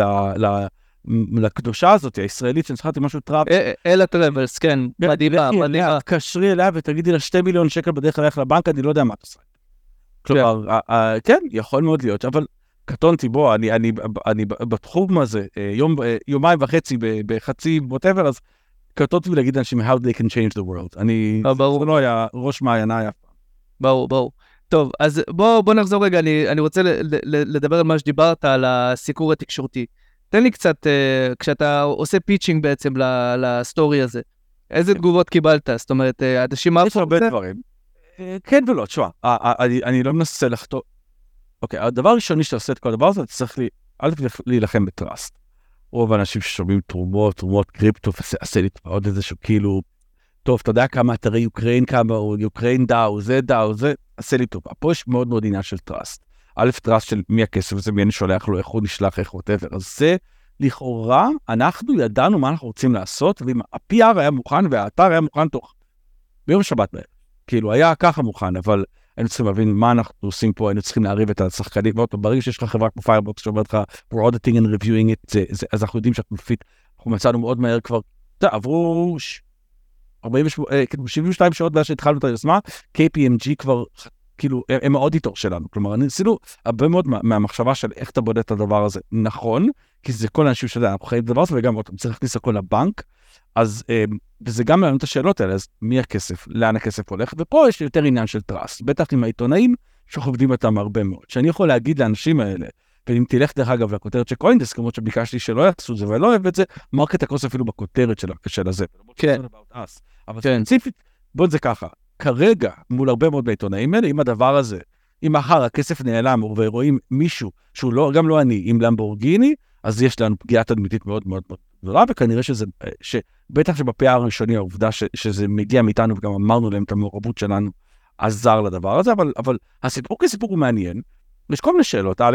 לקדושה הזאת, הישראלית, שאני צריכה לתת משהו טראפ. אלה טראבלס, כן, מדהימה. תקשרי אליה ותגידי לה 2 מיליון שקל בדרך ללכת לבנק, אני לא יודע מה את עושה. כלומר, כן, יכול מאוד להיות, אבל קטונתי, בוא, אני בתחום הזה, יומיים וחצי בחצי whatever, אז קטונתי להגיד לאנשים how they can change the world. זה לא היה ראש מעייניי אף פעם. ברור. טוב, אז בוא נחזור רגע, אני רוצה לדבר על מה שדיברת, על הסיקור התקשורתי. תן לי קצת, כשאתה עושה פיצ'ינג בעצם לסטורי הזה, איזה תגובות קיבלת? זאת אומרת, אנשים יש הרבה דברים. כן ולא, תשמע, אני לא מנסה לחתור. אוקיי, הדבר הראשוני שאתה עושה את כל הדבר הזה, אתה צריך להילחם בטראסט. רוב האנשים ששומעים תרומות קריפטו, ועשה לי עוד איזשהו כאילו, טוב, אתה יודע כמה אתרי יוקריין, כמה יוקריין דאו, זה, עשה לי טוב. פה יש מאוד מאוד עניין של טראסט. א', טראסט של מי הכסף הזה, מי אני שולח לו, איך הוא נשלח, איך whatever. אז זה, לכאורה, אנחנו ידענו מה אנחנו רוצים לעשות, ואם ה-PR היה מוכן, והאתר היה מוכן תוך ביום שבת בערב. כאילו, היה ככה מוכן, אבל היינו צריכים להבין מה אנחנו עושים פה, היינו צריכים להריב את השחקנים, ועוד פעם, ברגע שיש לך חברה כמו פיירבוקס, שאומרת לך, we're auditing and reviewing it, אז אנחנו יודעים שאנחנו מפיק, אנחנו מצאנו מאוד מהר כבר, עברו 72 שעות מאז שהתחלנו את היוזמה, KPMG כבר, כאילו, הם האודיטור שלנו, כלומר, ניסינו הרבה מאוד מהמחשבה של איך אתה בודק את הדבר הזה נכון, כי זה כל האנשים שיודע, אנחנו חיים את הדבר הזה, וגם צריך להכניס הכל לבנק, אז, וזה גם מעניין את השאלות האלה, אז מי הכסף, לאן הכסף הולך, ופה יש יותר עניין של טראסט, בטח עם העיתונאים, שאנחנו עובדים אותם הרבה מאוד, שאני יכול להגיד לאנשים האלה, ואם תלך דרך אגב לכותרת של קוינדסק, כמות שביקשתי שלא יעשו את זה, ולא אוהב את זה, מרקט הקרוס אפילו בכותרת של הזה. כן. אבל ספציפית, בוא זה ככה, כרגע, מול הרבה מאוד בעיתונאים האלה, אם הדבר הזה, אם מחר הכסף נעלם, ורואים מישהו, שהוא לא, גם לא אני, עם למבורגיני, אז יש לנו פגיעה תדמיתית מאוד מאוד גדולה, וכנראה שבטח שבפי הראשוני, העובדה שזה מגיע מאיתנו, וגם אמרנו להם את המעורבות שלנו, עזר לדבר הזה, אבל הסיפור כסיפור הוא מעניין, יש כל מיני שאלות, א',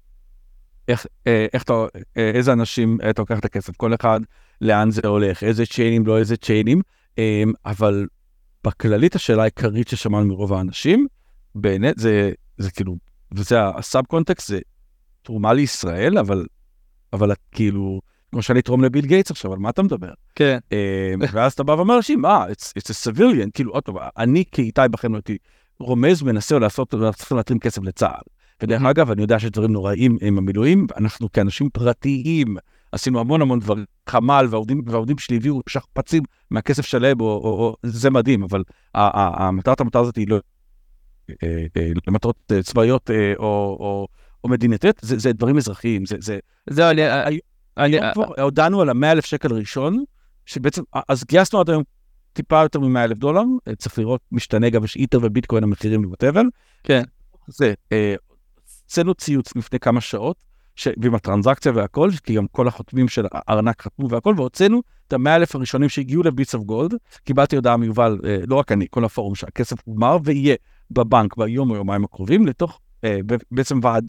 איזה אנשים אתה לוקח את הכסף, כל אחד לאן זה הולך, איזה צ'יינים, לא איזה צ'יינים, אבל בכללית השאלה העיקרית ששמענו מרוב האנשים, באמת זה כאילו, וזה הסאב קונטקסט, זה תרומה לישראל, אבל כאילו, כמו שאני תרום לביל גייטס עכשיו, על מה אתה מדבר? כן. ואז אתה בא ואומר אנשים, it's a civilian, כאילו, עוד טוב, אני כאיתי בכם אותי, רומז מנסה או לעשות, צריכים להתרים כסף לצה"ל. ודרך אגב, אני יודע שדברים נוראים עם המילואים, אנחנו כאנשים פרטיים, עשינו המון דברים, חמל, והעובדים שלי הביאו שכפצים מהכסף שלהם, זה מדהים, אבל המטרה הזאת היא לא למטרות צבאיות או מדינתית, זה דברים אזרחיים, זהו, הודענו על ה100,000 שקל ראשון, שבעצם, אז גייסנו עד היום טיפה יותר מ$100,000, צריך לראות, משתנה גם, יש איתר וביטקוין המחירים ובטבל, כן. זה, צאנו ציוץ לפני כמה שעות, ועם הטרנזקציה והכל, כי גם כל החותמים של הארנק חתמו והכל, והוצאנו את ה100,000 הראשונים שהגיעו לביטס אוף גולד, קיבלתי הודעה מיובל, לא רק אני, כל הפורום שהכסף הומר, ויהיה בבנק ביום או יומיים הקרובים, לתוך בעצם ועדה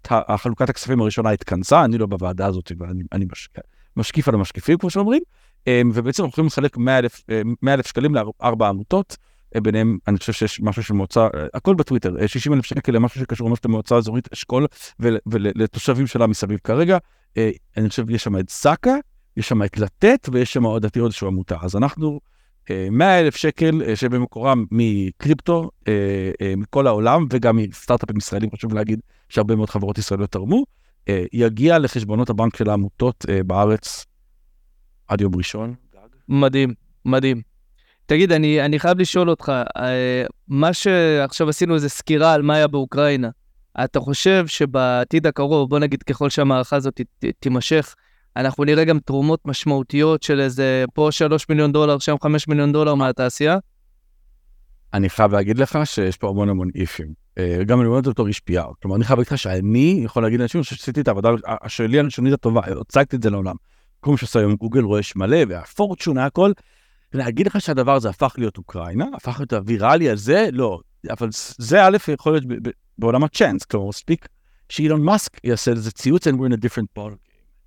החלוקת הכספים הראשונה התכנסה, אני לא בוועדה הזאת, ואני משקיף על המשקיפים, כמו שאומרים, ובעצם אנחנו יכולים לחלק 100,000 שקלים לארבע עמותות, ביניהם אני חושב שיש משהו של מועצה, הכל בטוויטר, 60,000 שקל למשהו שקשור ממש למועצה האזורית אשכול, ולתושבים שלה מסביב כרגע, אני חושב יש שם את זקה, יש שם את לתת, ויש שם עוד איזושהי עמותה. אז אנחנו 100,000 שקל שבמקורם מקריפטו, מכל העולם, וגם מסטארט-אפים ישראלים, חשוב להגיד שהרבה מאוד חברות ישראליות תרמו, יגיע לחשבונות הבנק של העמותות בארץ עד יום ראשון. מדהים, מדהים. תגיד, אני חייב לשאול אותך, מה שעכשיו עשינו איזה סקירה על מה היה באוקראינה, אתה חושב שבעתיד הקרוב, בוא נגיד ככל שהמערכה הזאת תימשך, אנחנו נראה גם תרומות משמעותיות של איזה פה 3 מיליון דולר, שם 5 מיליון דולר מהתעשייה? אני חייב להגיד לך שיש פה המון איפים. גם אני אומר אותו איש PR. כלומר, אני חייב להגיד לך שאני יכול להגיד לאנשים שעשיתי את העבודה השלי הראשונית הטובה, הצגתי את זה לעולם. כמו שעושה היום גוגל רואה מלא, והפורצ'ון, הכל. להגיד לך שהדבר הזה הפך להיות אוקראינה, הפך להיות הוויראלי הזה, לא. אבל זה א' יכול להיות בעולם הצ'אנס, כלומר, מספיק שאילון מאסק יעשה איזה ציוץ, and we're in a different ball.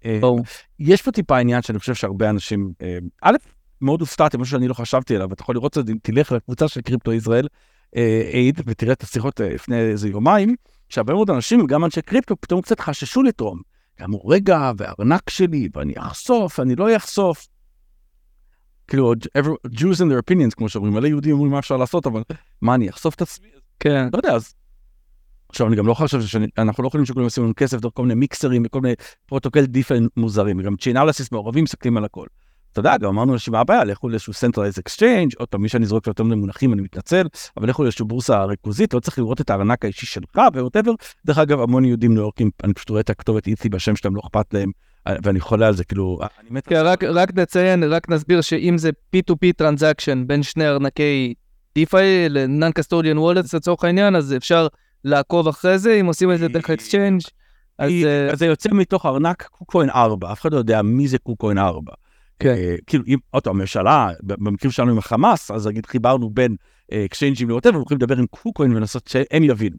יש פה טיפה עניין שאני חושב שהרבה אנשים, א', מאוד הופתעתי, משהו שאני לא חשבתי עליו, ואתה יכול לראות את זה, אם תלך לקבוצה של קריפטו ישראל, עיד, ותראה את השיחות לפני איזה יומיים, שהרבה מאוד אנשים, גם אנשי קריפטו, פתאום קצת חששו לתרום. גם הוא רגע, והארנק שלי, ואני אחשוף, אני לא אחשוף. כאילו, Jews and their opinions, כמו שאומרים, מלא יהודים אומרים מה אפשר לעשות, אבל מה, אני אחשוף את עצמי? כן. לא יודע, אז... עכשיו, אני גם לא חושב שאנחנו לא יכולים שכולם עושים לנו כסף דרך כל מיני מיקסרים וכל מיני פרוטוקול דיפן מוזרים, וגם צ'יינליסיס מעורבים מסתכלים על הכל. אתה יודע, גם אמרנו לאנשים הבעיה, לכו לאיזשהו Centralized Exchange, עוד פעם, מי שאני זורק יותר מונחים, אני מתנצל, אבל לכו לאיזשהו בורסה ריכוזית, לא צריך לראות את הארנק האישי שלך, ווטאבר. דרך אגב, המון יהודים ניו יורקים, אני פשוט רואה את הכתובת איתי בשם שלהם, לא אכפת להם, ואני חולה על זה, כאילו, אני מת... רק נציין, רק נסביר שאם זה P2P transaction בין שני ארנקי DeFi ל-Non-Custodian Wallets לצורך העניין, אז אפשר לעקוב אחרי זה, אם עושים את זה דרך Exchange. אז זה יוצא מתוך ארנק קוקוין 4, אף אחד לא יודע מי זה קוקוין 4. כאילו, אם אותו הממשלה, במקרים שלנו עם החמאס, אז נגיד חיברנו בין אקשיינג'ים לווטאבר, אנחנו יכולים לדבר עם קוקוין ולנסות שהם יבינו,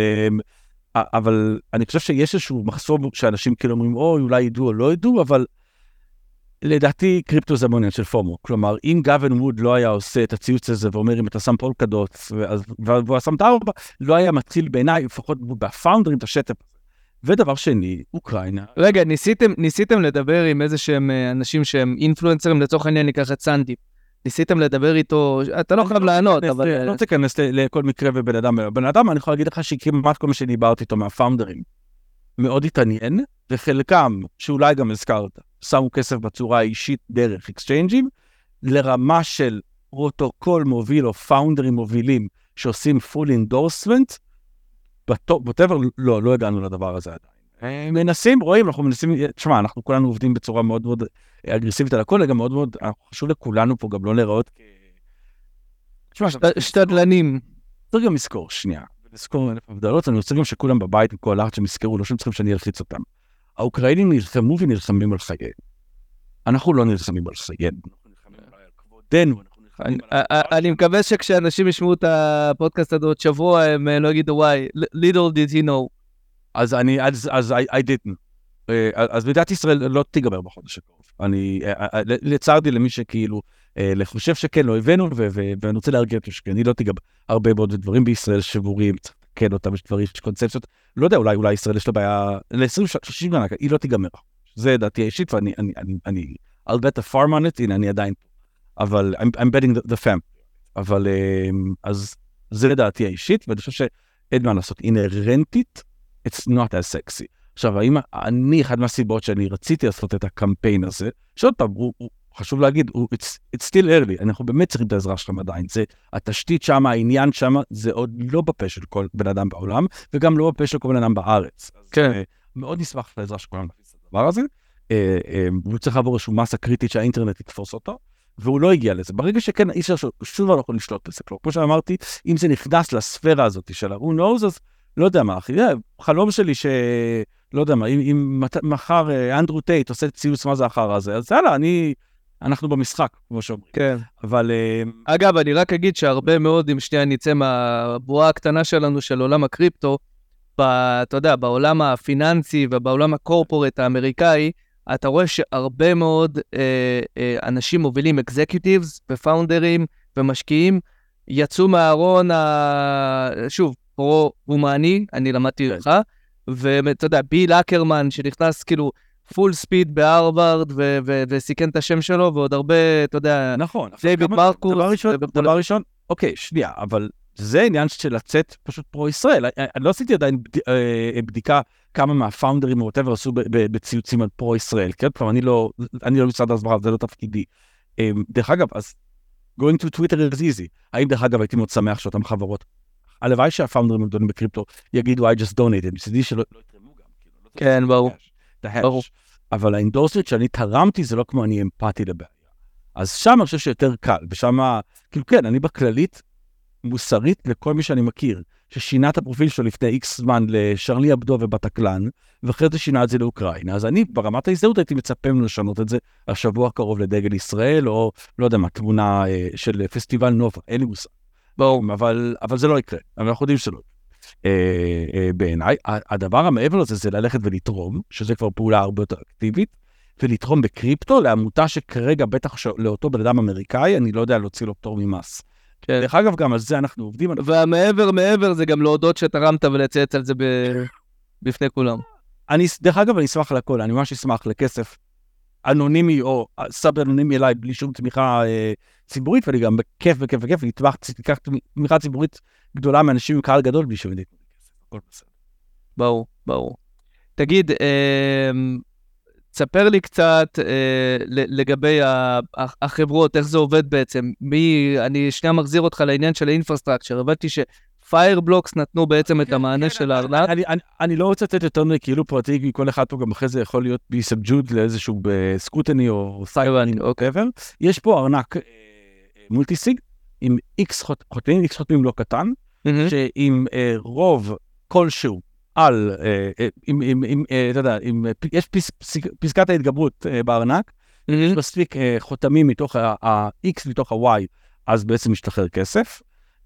אבל אני חושב שיש איזשהו מחסור שאנשים כאילו אומרים, אולי ידעו או לא ידעו, אבל לדעתי קריפטו זה המעוניין של פומו. כלומר, אם גאוון ווד לא היה עושה את הציוץ הזה ואומר אם אתה שם פולקדות, והוא שם את הארבע, לא היה מציל בעיניי, לפחות בפאונדרים את השטף. ודבר שני, אוקראינה. רגע, ניסיתם לדבר עם איזה שהם אנשים שהם אינפלואנסרים, לצורך העניין ניקח את סנדיפ. ניסיתם לדבר איתו, אתה לא חייב לענות, אבל... אני לא רוצה להיכנס לכל מקרה ובן אדם. בן אדם, אני יכול להגיד לך שכמעט כל מה שדיברתי איתו מהפאונדרים, מאוד התעניין, וחלקם, שאולי גם הזכרת, שמו כסף בצורה האישית דרך אקסצ'יינג'ים, לרמה של פרוטוקול מוביל או פאונדרים מובילים, שעושים full endorsement, בטבר לא הגענו לדבר הזה עדיין. מנסים, רואים, אנחנו מנסים, תשמע, אנחנו כולנו עובדים בצורה מאוד מאוד אגרסיבית על הכל, גם מאוד מאוד, חשוב לכולנו פה גם לא להיראות שתדלנים. צריך גם לזכור, שנייה, לזכור אלף הבדלות, אני רוצה גם שכולם בבית מכל הארץ שמזכרו, לא שהם צריכים שאני אלחיץ אותם. האוקראינים נלחמו ונלחמים על חייהם. אנחנו לא נלחמים על חייהם, אנחנו נלחמים על כבודנו, אני מקווה שכשאנשים ישמעו את הפודקאסט הזה עוד שבוע, הם לא יגידו, וואי, little did he know. אז I didn't. אז מדינת ישראל לא תיגמר בחודש הקרוב. לצערתי למי שכאילו, לחושב שכן, לא הבאנו, ואני רוצה להרגיע אותו שכן, אני לא תיגמר הרבה מאוד דברים בישראל שבורים, כן, אותם יש דברים, יש קונספציות, לא יודע, אולי ישראל יש לה בעיה, ל-20-30 שנה, היא לא תיגמר. זה דעתי האישית, ואני, I'll bet a farm on it, הנה, אני עדיין פה. אבל I'm betting the family. אבל אז זה דעתי האישית, ואני חושב שאין מה לעשות, אינרנטית, it's not as sexy. עכשיו, אני, אחד מהסיבות שאני רציתי לעשות את הקמפיין הזה, שעוד פעם, הוא חשוב להגיד, it's still early, אנחנו באמת צריכים את העזרה שלכם עדיין, זה התשתית שם, העניין שם, זה עוד לא בפה של כל בן אדם בעולם, וגם לא בפה של כל בן אדם בארץ. כן. אז מאוד נשמח לעזרה של כולם להפיץ את הדבר הזה, והוא צריך לעבור איזשהו מסה קריטית שהאינטרנט יתפוס אותו, והוא לא הגיע לזה. ברגע שכן, איש שום דבר לא יכול לשלוט בזה. כמו שאמרתי, אם זה נכנס לספירה הזאת של who knows, אז לא יודע מה, אחי. חלום שלי לא יודע מה, אם מחר אנדרו טייט עושה ציוץ מה זה אחר הזה, אז יאללה, אנחנו במשחק, כמו שאומרים. כן. אבל... אגב, אני רק אגיד שהרבה מאוד, אם שנייה נצא מהבועה הקטנה שלנו של עולם הקריפטו, אתה יודע, בעולם הפיננסי ובעולם הקורפורט האמריקאי, אתה רואה שהרבה מאוד אנשים מובילים אקזקיוטיבס ופאונדרים ומשקיעים, יצאו מהארון, שוב, פרו-הומני, אני למדתי לך, ואתה יודע, ביל אקרמן שנכנס כאילו פול ספיד בהרווארד וסיכן את השם שלו, ועוד הרבה, אתה יודע, נכון. דיוויד מרקוס. דבר ראשון, אוקיי, שנייה, אבל זה עניין של לצאת פשוט פרו-ישראל. אני לא עשיתי עדיין בדיקה כמה מהפאונדרים או whatever עשו בציוצים על פרו-ישראל, כן? כלומר, אני לא משרד הסברה, זה לא תפקידי. דרך אגב, אז going to Twitter is easy. האם דרך אגב הייתי מאוד שמח שאותם חברות, הלוואי שהפאונדרים הגדולים בקריפטו יגידו I just donated, מצדי שלא יתרמו גם. כן, ברור. אבל האינדורסיות שאני תרמתי זה לא כמו אני אמפתי לבעיה. אז שם אני חושב שיותר קל, ושם, כאילו כן, אני בכללית מוסרית לכל מי שאני מכיר, ששינה את הפרופיל שלו לפני איקס זמן לשרלי אבדו ובטקלן, ואחרי זה שינה את זה לאוקראינה. אז אני ברמת ההזדהות הייתי מצפה ממנו לשנות את זה השבוע הקרוב לדגל ישראל, או לא יודע מה, תמונה של פסטיבל נובה, אין לי מושג. אבל זה לא יקרה, אבל אנחנו יודעים שלא. בעיניי, הדבר המעבר לזה זה ללכת ולתרום, שזה כבר פעולה הרבה יותר אקטיבית, ולתרום בקריפטו לעמותה שכרגע בטח לאותו בן אדם אמריקאי, אני לא יודע להוציא לו פטור ממס. דרך אגב, גם על זה אנחנו עובדים. והמעבר זה גם להודות שתרמת ולצייץ על זה בפני כולם. דרך אגב, אני אשמח לכל, אני ממש אשמח לכסף אנונימי או סאב אנונימי אליי, בלי שום תמיכה ציבורית, ואני גם בכיף, ניקח תמיכה ציבורית גדולה מאנשים עם קהל גדול, בלי שום כסף. הכל בסדר. ברור. תגיד, תספר לי קצת לגבי החברות, איך זה עובד בעצם. אני שנייה מחזיר אותך לעניין של האינפרסטרקצ'ר, הבנתי שפיירבלוקס נתנו בעצם את המענה של הארנק. אני לא רוצה לתת יותר כאילו פרטי, כי כל אחד פה גם אחרי זה יכול להיות בסבג'וד לאיזשהו בסקוטני או סייברני או קבר. יש פה ארנק מולטיסיג, עם X חותמים לא קטן, שעם רוב כלשהו, אתה יודע, יש פסקת ההתגברות בארנק, יש מספיק חותמים מתוך ה-X מתוך ה-Y, אז בעצם משתחרר כסף.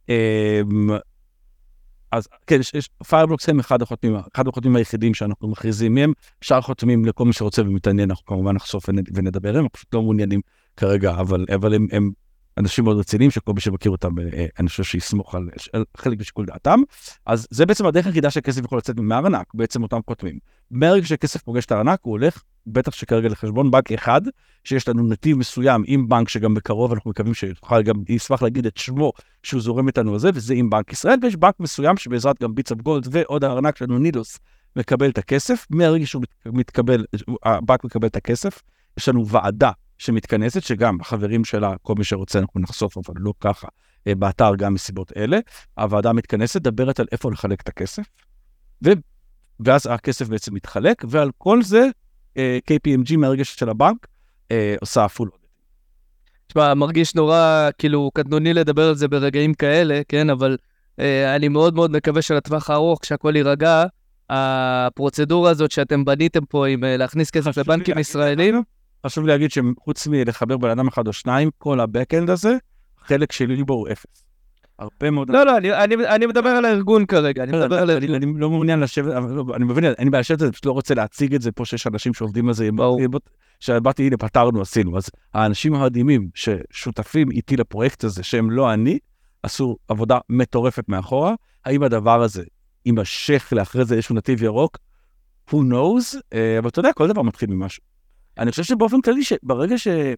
אז כן, פיירבלוקס הם אחד החותמים היחידים שאנחנו מכריזים מהם, שאר חותמים לכל מי שרוצה ומתעניין, אנחנו כמובן נחשוף ונדבר, הם פשוט לא מעוניינים כרגע, אבל הם אנשים מאוד רציניים, שכל מי שמכיר אותם, אני חושב שיסמוך על חלק בשיקול דעתם. אז זה בעצם הדרך היחידה שהכסף יכול לצאת מהארנק, בעצם אותם חותמים. מהרגע שהכסף פוגש את הארנק, הוא הולך, בטח שכרגע לחשבון בנק אחד, שיש לנו נתיב מסוים עם בנק שגם בקרוב, אנחנו מקווים שיוכל גם ישמח להגיד את שמו, שהוא זורם איתנו על זה, וזה עם בנק ישראל, ויש בנק מסוים שבעזרת גם ביטס אוף גולד ועוד הארנק שלנו נידוס, מקבל את הכסף. מהרגע שהוא מתקבל, הבנק מקבל את הכסף, יש לנו ועדה שמתכנסת, שגם החברים שלה, כל מי שרוצה אנחנו נחשוף, אבל לא ככה, באתר גם מסיבות אלה, הוועדה מתכנסת, דברת על איפה לחלק את הכסף, ואז הכסף בעצם מתחלק, ועל כל זה, KPMG מהרגע של הבנק, עושה פול אודט. תשמע, מרגיש נורא, כאילו, קטנוני לדבר על זה ברגעים כאלה, כן, אבל אני מאוד מאוד מקווה שלטווח הארוך, כשהכל יירגע, הפרוצדורה הזאת שאתם בניתם פה, עם להכניס כסף לבנקים ישראלים, חשוב להגיד שחוץ מלחבר בן אדם אחד או שניים, כל הבקאנד הזה, חלק שלי בו הוא אפס. הרבה מאוד... לא, אני מדבר על הארגון כרגע, אני לא מעוניין לשבת, אני מבין, אני בעשת את זה, פשוט לא רוצה להציג את זה פה שיש אנשים שעובדים על זה, שבאתי, הנה, פתרנו, עשינו. אז האנשים המדהימים ששותפים איתי לפרויקט הזה, שהם לא אני, עשו עבודה מטורפת מאחורה. האם הדבר הזה יימשך לאחרי זה איזשהו נתיב ירוק? Who knows? אבל אתה יודע, כל דבר מתחיל ממשהו. אני חושב שבאופן כללי, שברגע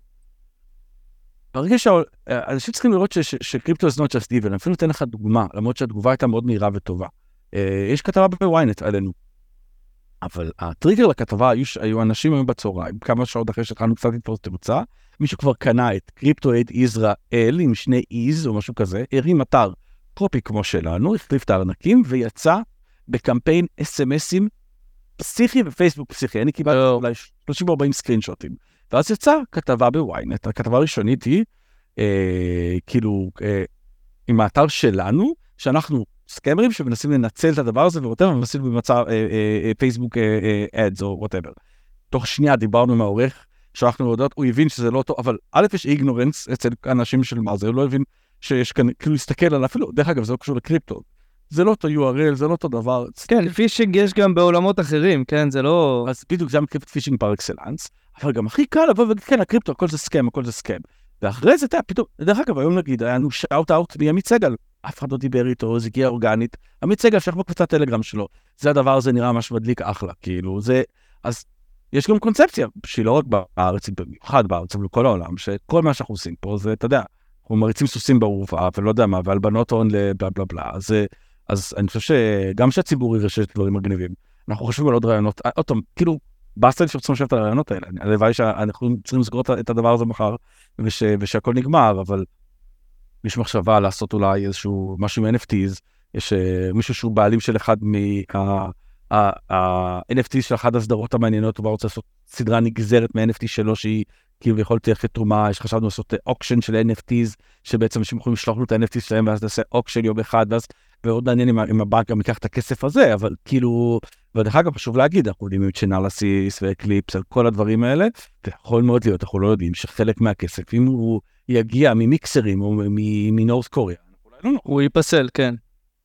אנשים צריכים לראות שקריפטו is not just evil, אני אפילו נותן לך דוגמה, למרות שהתגובה הייתה מאוד מהירה וטובה. יש כתבה בוויינט עלינו, אבל הטריגר לכתבה היו אנשים היום בצהריים, כמה שעות אחרי שהתחלנו קצת לתפוס תאוצה, מישהו כבר קנה את קריפטו-אייד ישראל עם שני איז או משהו כזה, הרים אתר קופי כמו שלנו, החליף את הארנקים ויצא בקמפיין SMSים פסיכי ופייסבוק פסיכי, אני קיבלתי אולי 30-40 סקרינשוטים. ואז יצאה כתבה בוויינט, הכתבה הראשונית היא, כאילו, עם האתר שלנו, שאנחנו סקמרים שמנסים לנצל את הדבר הזה, ומנסים במצב פייסבוק אדס או whatever. תוך שנייה דיברנו עם העורך, שלחנו להודות, הוא הבין שזה לא טוב, אבל א' יש איגנורנס אצל אנשים של מה זה, הוא לא הבין שיש כאן, כאילו להסתכל על אפילו, דרך אגב זה לא קשור לקריפטו, זה לא אותו URL, זה לא אותו דבר. כן, פישינג יש גם בעולמות אחרים, כן, זה לא... אז בדיוק זה המקרה פישינג פר אקסלנס, אבל גם הכי קל לבוא ולהגיד, כן, הקריפטו, הכל זה סקם, הכל זה סקם. ואחרי זה, פתאום, דרך אגב, היום נגיד, היה לנו שאוט-אאוט מעמית סגל, אף אחד לא דיבר איתו, זה הגיע אורגנית, עמית סגל שייך בקבוצת טלגרם שלו, זה הדבר הזה נראה ממש מדליק אחלה, כאילו, זה, אז יש גם קונספציה, שהיא לא רק בארץ, במיוחד בארץ, אבל בכל העולם, שכל מה שאנחנו עושים פה, זה, אתה יודע, אנחנו מריצים סוסים בעורפה, ולא יודע מה, והלבנות הון לבלה בלה בלה, אז אני חושב שגם שהציבור יראה שיש דברים מגניבים, אנחנו חושבים על עוד רעיונות, עוד פעם, כאילו, באסטרן שרוצים לשבת על הרעיונות האלה, הלוואי שאנחנו צריכים לסגור את הדבר הזה מחר, ושהכל נגמר, אבל יש מחשבה לעשות אולי איזשהו משהו עם NFTs, יש מישהו שהוא בעלים של אחד ה-NFT של אחת הסדרות המעניינות, הוא רוצה לעשות סדרה נגזרת מה-NFT שלו, שהיא כאילו יכול תהיה תרומה, יש חשבנו לעשות אוקשן של NFTs, שבעצם אנשים יכולים לשלוח לו את ה-NFT שלהם, ואז נעשה אוקשן יום אחד, ואז ועוד מעניין אם הבנק גם ייקח את הכסף הזה, אבל כאילו, ודרך אגב, חשוב להגיד, אנחנו יודעים עם צ'נלסיס ואקליפס, על כל הדברים האלה, ויכול מאוד להיות, אנחנו לא יודעים שחלק מהכסף, אם הוא יגיע ממיקסרים או מנורת' קוריאה, הוא ייפסל, כן.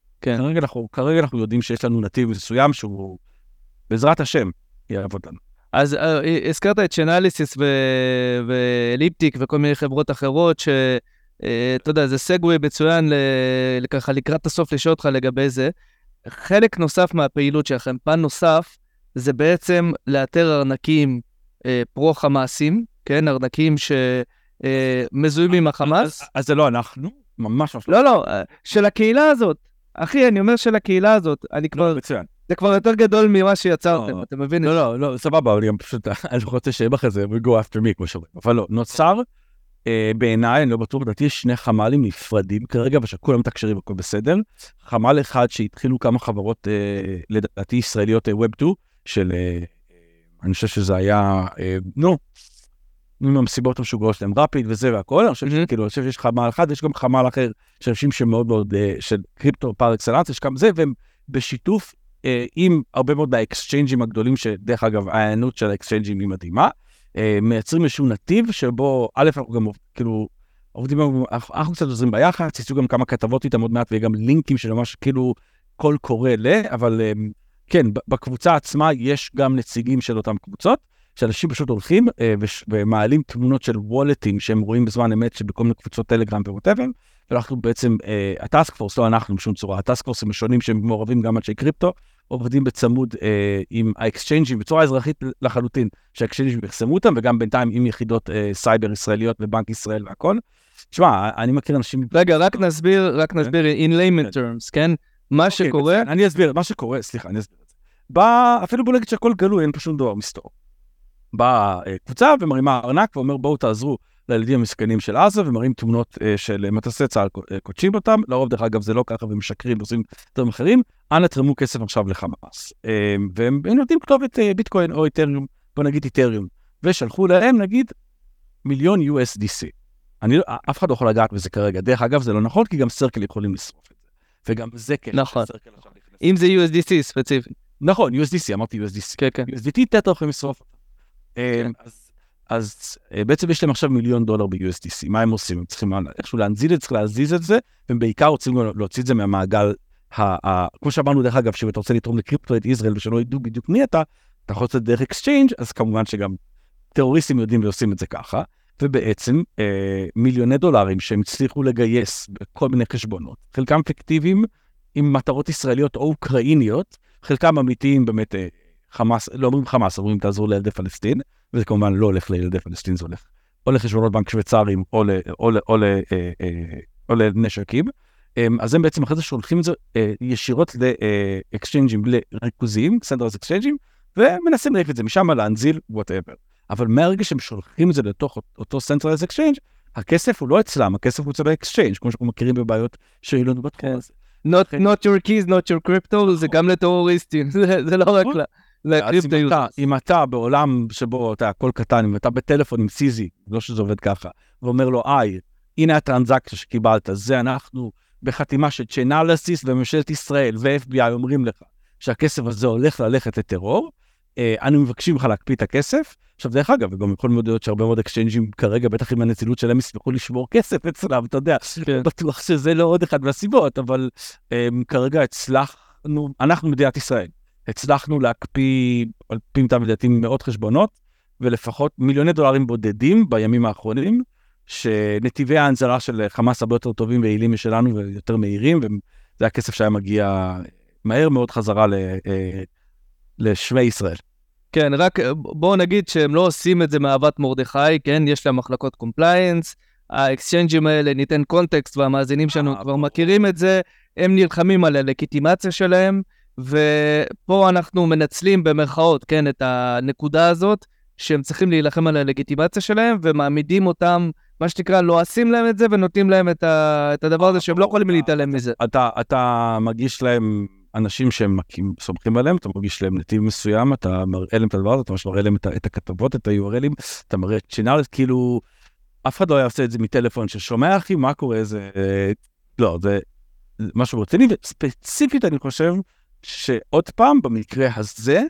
כרגע אנחנו יודעים שיש לנו נתיב מסוים שהוא, בעזרת השם, יעבוד לנו. אז הזכרת את צ'נליסיס ואליפטיק וכל מיני חברות אחרות, שאתה יודע, זה סגווי מצוין ככה לקראת הסוף לשאול אותך לגבי זה. חלק נוסף מהפעילות שלכם, פן נוסף, זה בעצם לאתר ארנקים פרו-חמאסים, כן, ארנקים שמזוהים עם החמאס. אז זה לא אנחנו, ממש ממש. לא, של הקהילה הזאת. אחי, אני אומר של הקהילה הזאת, אני כבר... מצוין. זה כבר יותר גדול ממה שיצרתם, אתה מבין? לא, סבבה, אבל גם פשוט, אני רוצה שיהיה אחרי זה, we go after me, כמו שאומרים. אבל לא, נוצר, בעיניי, אני לא בטוח, לדעתי יש שני חמ"לים נפרדים כרגע, ושכולם מתקשרים הכל בסדר. חמ"ל אחד שהתחילו כמה חברות, לדעתי ישראליות Web 2, של, אני חושב שזה היה, עם המסיבות המשוגעות שלהם, רפיד וזה והכל, אני חושב שיש חמ"ל אחד, יש גם חמ"ל אחר, של אנשים שמאוד מאוד, של קריפטו פר אקסלנס, יש גם זה, והם בשיתוף, עם הרבה מאוד מהאקסצ'יינג'ים הגדולים, שדרך אגב, העיינות של האקסצ'יינג'ים היא מדהימה, מייצרים איזשהו נתיב שבו, א', אנחנו גם כאילו, עובדים, אנחנו קצת עוזרים ביחד, ציצו גם כמה כתבות איתם עוד מעט, וגם לינקים של ממש כאילו קול קורא אבל כן, בקבוצה עצמה יש גם נציגים של אותם קבוצות, שאנשים פשוט הולכים ומעלים תמונות של וולטים שהם רואים בזמן אמת שבכל מיני קבוצות טלגרם וווטאבר, ואנחנו בעצם, הטאסק פורס, לא אנחנו בשום צורה, הטאסק פורס הם שונים שהם מעורבים גם אנשי קריפטו, עובדים בצמוד עם האקסצ'יינג'ים בצורה אזרחית לחלוטין, שהאקסצ'יינג'ים יחסמו אותם, וגם בינתיים עם יחידות סייבר ישראליות ובנק ישראל והכל. תשמע, אני מכיר אנשים... רגע, רק נסביר in layman terms, כן? מה שקורה... אני אסביר, מה שקורה, סליחה, אני אסביר את זה. אפילו בוא נגיד שהכל גלוי, אין פשוט דבר מסתור. באה קבוצה ומרימה ארנק ואומר בואו תעזרו לילדים המסכנים של עזה, ומראים תמונות של מטוסי צה"ל קודשים אותם, לרוב דרך אגב זה לא ככה ומשקרים ועושים דברים אחרים, אנא תרמו כסף עכשיו לחמאס. והם נותנים כתובת ביטקוין או איתריום, בוא נגיד איתריום, ושלחו להם נגיד מיליון USDC. אף אחד לא יכול לגעת בזה כרגע, דרך אגב זה לא נכון, כי גם סרקל יכולים לשרוף את זה. וגם זה כן. נכון. אם זה USDC ספציפי. נכון, USDC, אמרתי USDC. כן, כן. USDT תתר יכולים לשרוף אותם. אז בעצם יש להם עכשיו $1,000,000 ב-USDC. מה הם עושים? הם צריכים איכשהו להזיז את זה, והם בעיקר רוצים להוציא את זה מהמעגל, כמו שאמרנו דרך אגב, שאם אתה רוצה לתרום לקריפטו את ישראל, ושלא ידעו בדיוק מי אתה יכול לעשות דרך אקסצ'יינג', אז כמובן שגם טרוריסטים יודעים ועושים את זה ככה, ובעצם $1,000,000 שהם הצליחו לגייס בכל מיני חשבונות, חלקם פיקטיביים עם מטרות ישראליות או אוקראיניות, חלקם אמיתיים באמת חמאס, לא אומרים חמאס, אומרים תעזרו לילדי פלסטין, וזה כמובן לא הולך לילדי פלסטין, זה הולך או לחשבונות בנק שוויצריים או לנשקים. אז הם בעצם אחרי זה שולחים את זה ישירות לאקסצ'יינג'ים, לריכוזיים, סנטרלס אקסצ'יינג'ים, ומנסים להעיף את זה משם להנזיל, whatever. אבל מהרגע שהם שולחים את זה לתוך אותו סנטרלס אקסצ'יינג', הכסף הוא לא אצלם, הכסף הוא אצל האקסצ'יינג', כמו שאנחנו מכירים בבעיות שהיו לנו בתחום הזה. Not your keys, not your crypto, זה גם לטרוריסטים, זה לא רק לקריפטו. אם אתה בעולם שבו אתה הכל קטן, אם אתה בטלפון עם סיזי, לא שזה עובד ככה, ואומר לו, הנה הטרנזקציה שקיבלת, זה אנחנו בחתימה של צ'נלסיס וממשלת ישראל ו-FBI אומרים לך שהכסף הזה הולך ללכת לטרור, אנו מבקשים לך להקפיא את הכסף, עכשיו, דרך אגב, וגם יכול מאוד להיות שהרבה מאוד אקסצ'יינג'ים כרגע, בטח עם הנצילות שלהם, ישמחו לשמור כסף אצלם, אתה יודע, בטוח שזה לא עוד אחד מהסיבות, אבל כרגע אנחנו מדינת ישראל, הצלחנו להקפיא, על פי מיטב ידיעתי, מאות חשבונות, ולפחות מיליוני דולרים בודדים בימים האחרונים, שנתיבי ההנזלה של חמאס הרבה יותר טובים ויעילים משלנו ויותר מהירים, וזה הכסף שהיה מגיע מהר מאוד חזרה לשמי ישראל. כן, רק בואו נגיד שהם לא עושים את זה מאהבת מרדכי, כן? יש להם מחלקות קומפליינס, האקסצ'יינג'ים האלה, ניתן קונטקסט, והמאזינים שלנו כבר מכירים את זה, הם נלחמים על הלגיטימציה שלהם, ופה אנחנו מנצלים במרכאות, כן, את הנקודה הזאת, שהם צריכים להילחם על הלגיטימציה שלהם, ומעמידים אותם, מה שתקרא, לועשים להם את זה, ונותנים להם את הדבר הזה, שהם לא יכולים להתעלם מזה. אתה מגיש להם אנשים שהם סומכים עליהם, אתה מגיש להם נתיב מסוים, אתה מראה להם את הדבר הזה, אתה מראה להם את הכתבות, את ה-URLים, אתה מראה את צ'ינארס, כאילו, אף אחד לא יעשה את זה מטלפון ששומע, אחי, מה קורה, לא, זה משהו רציני, וספציפית אני חושב, שעוד פעם, במקרה הזה,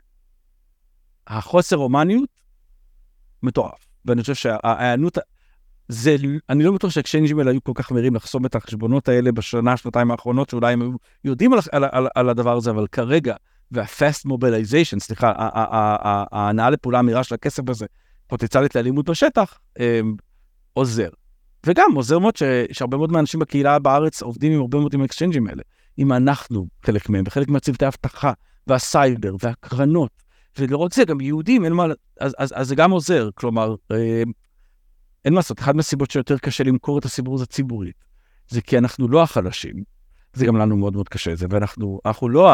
החוסר הומניות מטורף, ואני חושב שההיענות, אני לא בטוח שהאקסצ'יינג'ים האלה היו כל כך מהירים לחסום את החשבונות האלה בשנה, שנתיים האחרונות, שאולי הם יודעים על הדבר הזה, אבל כרגע, וה-fast mobilization, סליחה, ההנאה לפעולה המהירה של הכסף הזה, פוטנציאלית לאלימות בשטח, עוזר. וגם עוזר מאוד שהרבה מאוד מהאנשים בקהילה בארץ עובדים עם הרבה מאוד עם האקסצ'יינג'ים האלה. אם אנחנו חלק מהם, וחלק מהצוותי ההבטחה, והסייבר, והקרנות, ולא רק זה, גם יהודים, אין מה, אז זה גם עוזר, כלומר, אין מה לעשות, אחד מהסיבות שיותר קשה למכור את הסיפור הזה ציבורית, זה כי אנחנו לא החלשים, זה גם לנו מאוד מאוד קשה, זה, ואנחנו לא,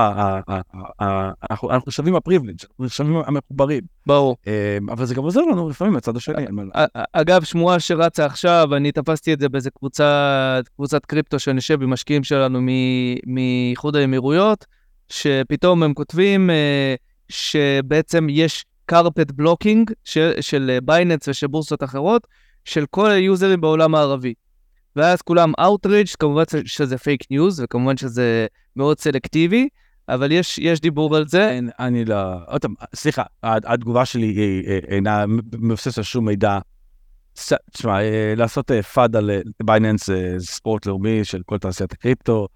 אנחנו שווים הפריבילג', אנחנו שווים המחוברים. ברור. אבל זה גם עוזר לנו לפעמים מהצד השני. אגב, שמועה שרצה עכשיו, אני תפסתי את זה באיזה קבוצת קריפטו שנשב עם משקיעים שלנו מאיחוד האמירויות, שפתאום הם כותבים שבעצם יש carpet blocking של בייננס ושל בורסות אחרות, של כל היוזרים בעולם הערבי. ואז כולם outreach, כמובן שזה פייק ניוז, וכמובן שזה מאוד סלקטיבי, אבל יש דיבור על זה. אני לא... סליחה, התגובה שלי אינה מבוססת על שום מידע. תשמע, לעשות פאד על בייננס זה ספורט לאומי של כל תעשיית הקריפטו.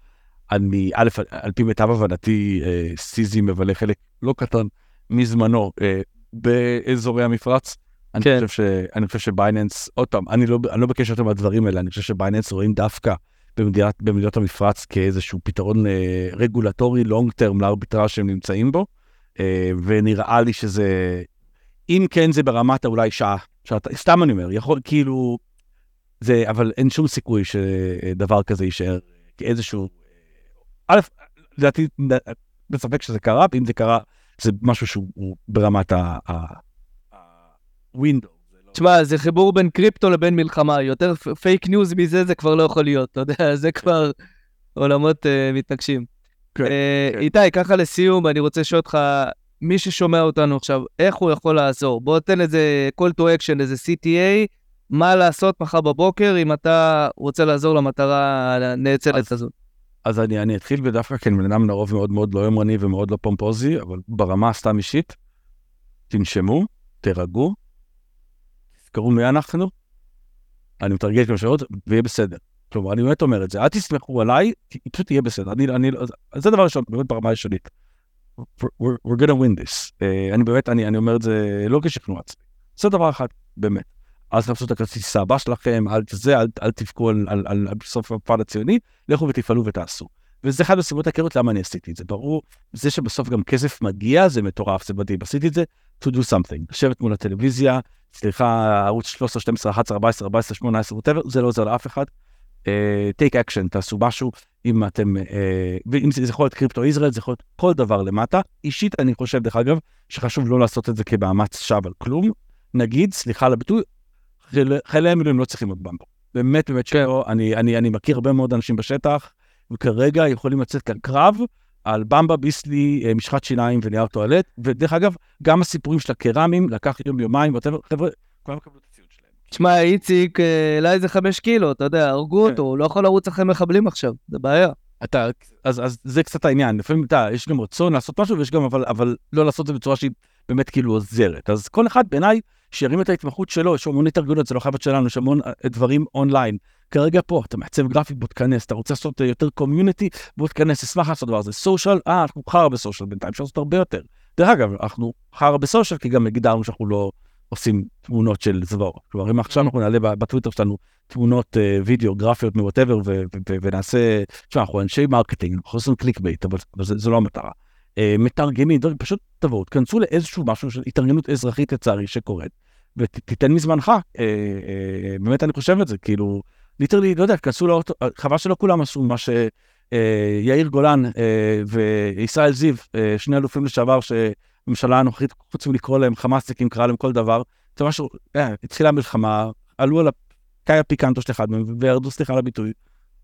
על פי מיטב הבנתי, סיזי מבלה חלק לא קטן מזמנו באזורי המפרץ. אני חושב שבייננס, עוד פעם, אני לא בקשר יותר מהדברים האלה, אני חושב שבייננס רואים דווקא במדינות המפרץ כאיזשהו פתרון רגולטורי, לונג טרם לארביטראז' שהם נמצאים בו, ונראה לי שזה, אם כן זה ברמת אולי שעה, סתם אני אומר, יכול כאילו, זה, אבל אין שום סיכוי שדבר כזה יישאר כאיזשהו, א', לדעתי, בספק שזה קרה, ואם זה קרה, זה משהו שהוא ברמת ווינדו. תשמע, זה חיבור בין קריפטו לבין מלחמה, יותר פייק ניוז מזה זה כבר לא יכול להיות, אתה יודע, זה כבר עולמות מתנגשים. איתי, ככה לסיום, אני רוצה לשאול אותך, מי ששומע אותנו עכשיו, איך הוא יכול לעזור? בוא תן איזה call to action, איזה CTA, מה לעשות מחר בבוקר, אם אתה רוצה לעזור למטרה הנאצלת הזאת. אז אני אתחיל בדווקא, כן, בן אדם לרוב מאוד מאוד לא יומרני ומאוד לא פומפוזי, אבל ברמה סתם אישית, תנשמו, תרגעו, תזכרו מי אנחנו, אני מתרגל כמו שעות, ויהיה בסדר. כלומר, אני באמת אומר את זה, אל תסמכו עליי, פשוט יהיה בסדר. זה דבר ראשון, באמת ברמה ראשונית. We're gonna win this. אני אומר את זה לא כשכנוע עצמי. זה דבר אחד, באמת. אז תחפשו את הכרטיס הבא שלכם, אל תבכו על סוף הפעל הציוני, לכו ותפעלו ותעשו. וזה אחד הסיבות העיקריות למה אני עשיתי את זה. ברור, זה שבסוף גם כסף מגיע, זה מטורף, זה מדהים. עשיתי את זה to do something. לשבת מול הטלוויזיה, סליחה, ערוץ 13, 12, 11, 14, 14, 18, whatever, זה לא עוזר לאף אחד. take action, תעשו משהו, אם אתם, ואם זה יכול להיות קריפטו ישראל, זה יכול להיות כל דבר למטה. אישית, אני חושב, דרך אגב, שחשוב לא לעשות את זה כמאמץ שווא על כלום. נגיד, סליחה על הביטוי, חיילי המילואים לא צריכים עוד במבו. באמת שלא, אני מכיר הרבה מאוד אנשים בשטח, וכרגע יכולים לצאת כאן קרב על במבה, ביסלי, משחת שיניים ונייר טואלט, ודרך אגב, גם הסיפורים של הקרמים, לקח יומיים, חבר'ה, כולם קבלו את הציוד שלהם. תשמע, איציק, אולי זה 5 קילו, אתה יודע, הרגו אותו, הוא לא יכול לרוץ אחרי מחבלים עכשיו, זה בעיה. אז זה קצת העניין, לפעמים יש גם רצון לעשות משהו, ויש גם, אבל לא לעשות את זה בצורה שהיא באמת כאילו עוזרת. אז כל אחד בעיניי שירים את ההתמחות שלו, יש המון התארגנות, זה לא חייבת שלנו, יש המון דברים אונליין. כרגע פה, אתה מעצב גרפי, בוא תכנס, אתה רוצה לעשות יותר קומיוניטי, בוא תכנס, אשמח לעשות דבר הזה. סושיאל, אנחנו חר בסושיאל בינתיים, אפשר לעשות הרבה יותר. דרך אגב, אנחנו חר בסושיאל, כי גם הגדרנו שאנחנו לא עושים תמונות של זוור. כלומר, אם עכשיו אנחנו נעלה בטוויטר שלנו תמונות וידאו, גרפיות מווטאבר, ונעשה, תשמע, אנחנו אנשי מרקטינג, אנחנו עושים קליק בייט, אבל זו לא המטרה. מתרגמים, פשוט תבואו, תכנסו לאיזשהו משהו של התארגנות אזרחית לצערי שקורית, ותיתן מזמנך, באמת אני חושב את זה, כאילו, ליטרלי, לא יודע, תכנסו לאוטו, חבל שלא כולם עשו מה שיאיר גולן וישראל זיו, שני אלופים לשעבר, שהממשלה הנוכחית, חוץ מלקרוא להם חמאסניקים, קרא להם כל דבר, זה משהו, התחילה המלחמה, עלו על הקאיה פיקנטו של אחד מהם, וירדו סליחה על הביטוי,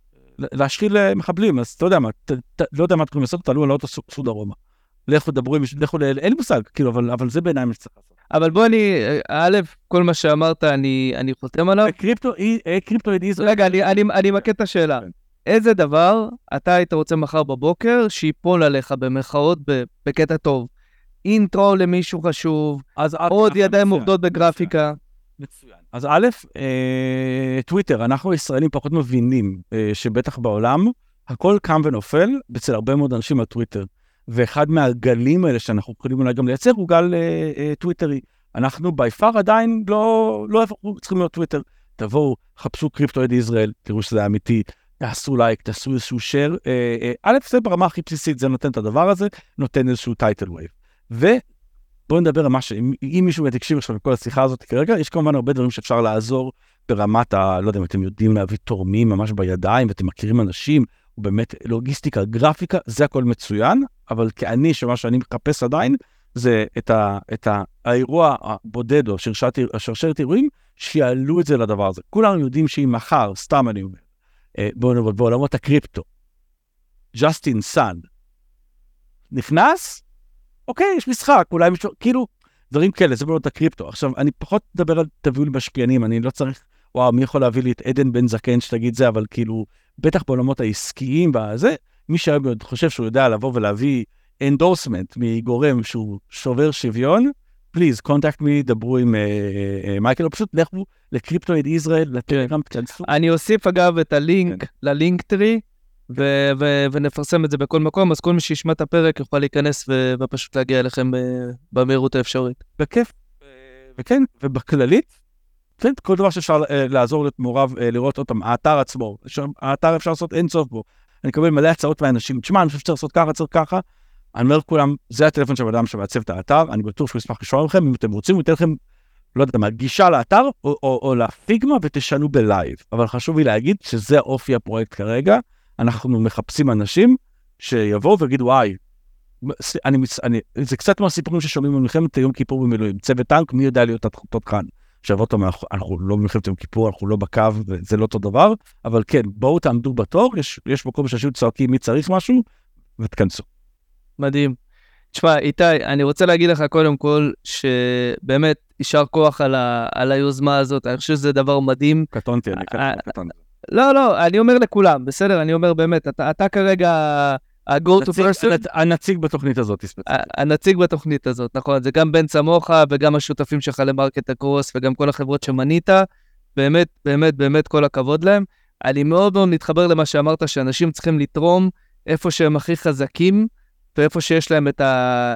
להשחיל מחבלים, אז אתה יודע מה, לא יודע מה אתם יכולים לעשות, תעלו על האוטו סעו דרומה. לכו דברו, אין לי מושג, כאילו, אבל זה בעיניים שצריך לעשות. אבל בוא א', כל מה שאמרת, אני חותם עליו. קריפטו ישראל. רגע, אני מכיר את השאלה. איזה דבר אתה היית רוצה מחר בבוקר, שיפול עליך במחאות בקטע טוב? אינטרו למישהו חשוב, עוד ידיים עובדות בגרפיקה. מצוין. אז א', טוויטר, אנחנו ישראלים פחות מבינים שבטח בעולם, הכל קם ונופל אצל הרבה מאוד אנשים על טוויטר. ואחד מהגלים האלה שאנחנו יכולים אולי גם לייצר הוא גל טוויטרי. אנחנו ביפר עדיין לא צריכים להיות טוויטר. תבואו, חפשו קריפטואיד ישראל, תראו שזה אמיתי, תעשו לייק, תעשו איזשהו share. א', זה ברמה הכי בסיסית, זה נותן את הדבר הזה, נותן איזשהו טייטל וייב. ובואו נדבר על מה אם מישהו תקשיב עכשיו לכל השיחה הזאת כרגע, יש כמובן הרבה דברים שאפשר לעזור ברמת לא יודע אם אתם יודעים להביא תורמים ממש בידיים, ואתם מכירים אנשים, ובאמת לוגיסטיקה, גרפיקה, זה הכל מצוין, אבל כאני, שמה שאני מחפש עדיין, זה את האירוע הבודד, או שרשרת אירועים, שיעלו את זה לדבר הזה. כולנו יודעים שאם מחר, סתם אני אומר, בעולמות הקריפטו, ג'סטין סאן, נכנס, אוקיי, יש משחק, אולי מישהו, כאילו, דברים כאלה, זה בעולמות הקריפטו. עכשיו, אני פחות מדבר על תביאו לי משפיענים, אני לא צריך, וואו, מי יכול להביא לי את עדן בן זקן שתגיד זה, אבל כאילו, בטח בעולמות העסקיים והזה, מי שהיום חושב שהוא יודע לבוא ולהביא endorsement מגורם שהוא שובר שוויון, please, contact me, דברו עם מייקל, או פשוט לכו לקריפטואיד ישראל, לטלגרם, תכנסו. אני אוסיף אגב את הלינק ללינק טרי, ונפרסם את זה בכל מקום, אז כל מי שישמע את הפרק יוכל להיכנס ופשוט להגיע אליכם במהירות האפשרית. בכיף, וכן, ובכללית, כן, כל דבר שאפשר לעזור למעורב, לראות אותם, האתר עצמו, האתר אפשר לעשות אין סוף בו, אני מקבל מלא הצעות מהאנשים, תשמע, אני חושב שצריך לעשות ככה, צריך ככה, אני אומר לכולם, זה הטלפון של האדם שמעצב את האתר, אני בטוח שהוא ישמח לשמוע לכם, אם אתם רוצים, הוא ייתן לכם, לא יודע מה, גישה לאתר, או לפיגמה, ותשנו בלייב, אבל חשוב לי להגיד שזה אופי הפרויקט כרגע, אנחנו מחפשים אנשים שיבואו ויגידו, וואי, זה קצת מהסיפורים ששומעים במלחמת יום כיפור במילואים, צוות טנק, מי יודע להיות תותחן? שעבוד אותם, אנחנו לא במלחמת יום כיפור, אנחנו לא בקו, זה לא אותו דבר, אבל כן, בואו תעמדו בתור, יש מקום שאנשים צועקים מי צריך משהו, ותכנסו. מדהים. תשמע, איתי, אני רוצה להגיד לך קודם כל, שבאמת יישר כוח על היוזמה הזאת, אני חושב שזה דבר מדהים. קטונתי, אני קטונתי. לא, אני אומר לכולם, בסדר, אני אומר באמת, אתה כרגע ה-go to person. הנציג בתוכנית הזאת. הנציג בתוכנית הזאת, נכון, זה גם בן צמוחה, וגם השותפים שלך למרקט הקרוס, וגם כל החברות שמנית, באמת, באמת, באמת כל הכבוד להם. אני מאוד מאוד מתחבר למה שאמרת, שאנשים צריכים לתרום איפה שהם הכי חזקים, ואיפה שיש להם את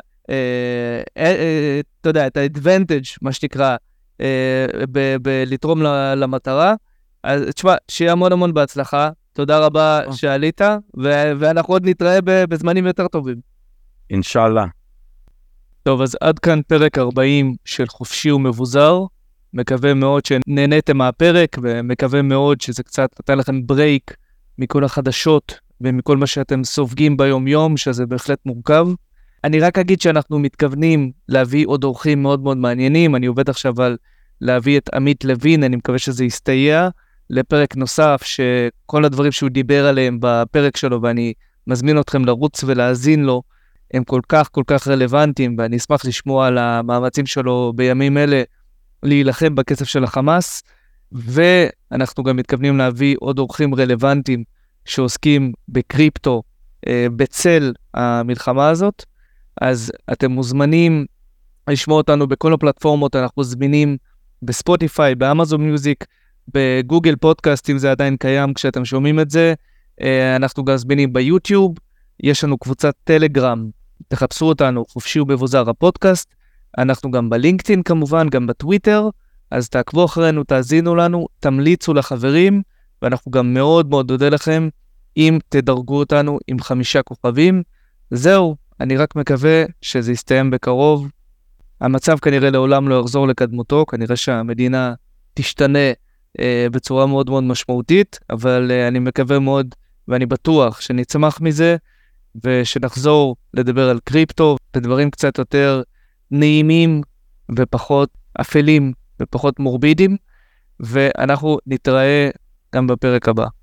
אתה יודע, את ה-advantage, מה שנקרא, לתרום למטרה. אז תשמע, שיהיה המון המון בהצלחה, תודה רבה שעלית, ואנחנו עוד נתראה בזמנים יותר טובים. אינשאללה. טוב, אז עד כאן פרק 40 של חופשי ומבוזר, מקווה מאוד שנהניתם מהפרק, ומקווה מאוד שזה קצת נתן לכם ברייק מכל החדשות, ומכל מה שאתם סופגים ביום יום, שזה בהחלט מורכב. אני רק אגיד שאנחנו מתכוונים להביא עוד אורחים מאוד מאוד מעניינים, אני עובד עכשיו על להביא את עמית לוין, אני מקווה שזה יסתייע, לפרק נוסף שכל הדברים שהוא דיבר עליהם בפרק שלו, ואני מזמין אתכם לרוץ ולהאזין לו, הם כל כך רלוונטיים, ואני אשמח לשמוע על המאמצים שלו בימים אלה, להילחם בכסף של החמאס, ואנחנו גם מתכוונים להביא עוד אורחים רלוונטיים, שעוסקים בקריפטו בצל המלחמה הזאת, אז אתם מוזמנים לשמוע אותנו בכל הפלטפורמות, אנחנו זמינים בספוטיפיי, באמזון מיוזיק, בגוגל פודקאסט, אם זה עדיין קיים כשאתם שומעים את זה, אנחנו גם זמינים ביוטיוב, יש לנו קבוצת טלגרם, תחפשו אותנו, חופשי ומבוזר הפודקאסט, אנחנו גם בלינקדאין כמובן, גם בטוויטר, אז תעקבו אחרינו, תאזינו לנו, תמליצו לחברים, ואנחנו גם מאוד מאוד נודה לכם אם תדרגו אותנו עם 5 כוכבים. זהו, אני רק מקווה שזה יסתיים בקרוב. המצב כנראה לעולם לא יחזור לקדמותו, כנראה שהמדינה תשתנה בצורה מאוד מאוד משמעותית, אבל אני מקווה מאוד ואני בטוח שנצמח מזה, ושנחזור לדבר על קריפטו ודברים קצת יותר נעימים ופחות אפלים ופחות מורבידים, ואנחנו נתראה גם בפרק הבא.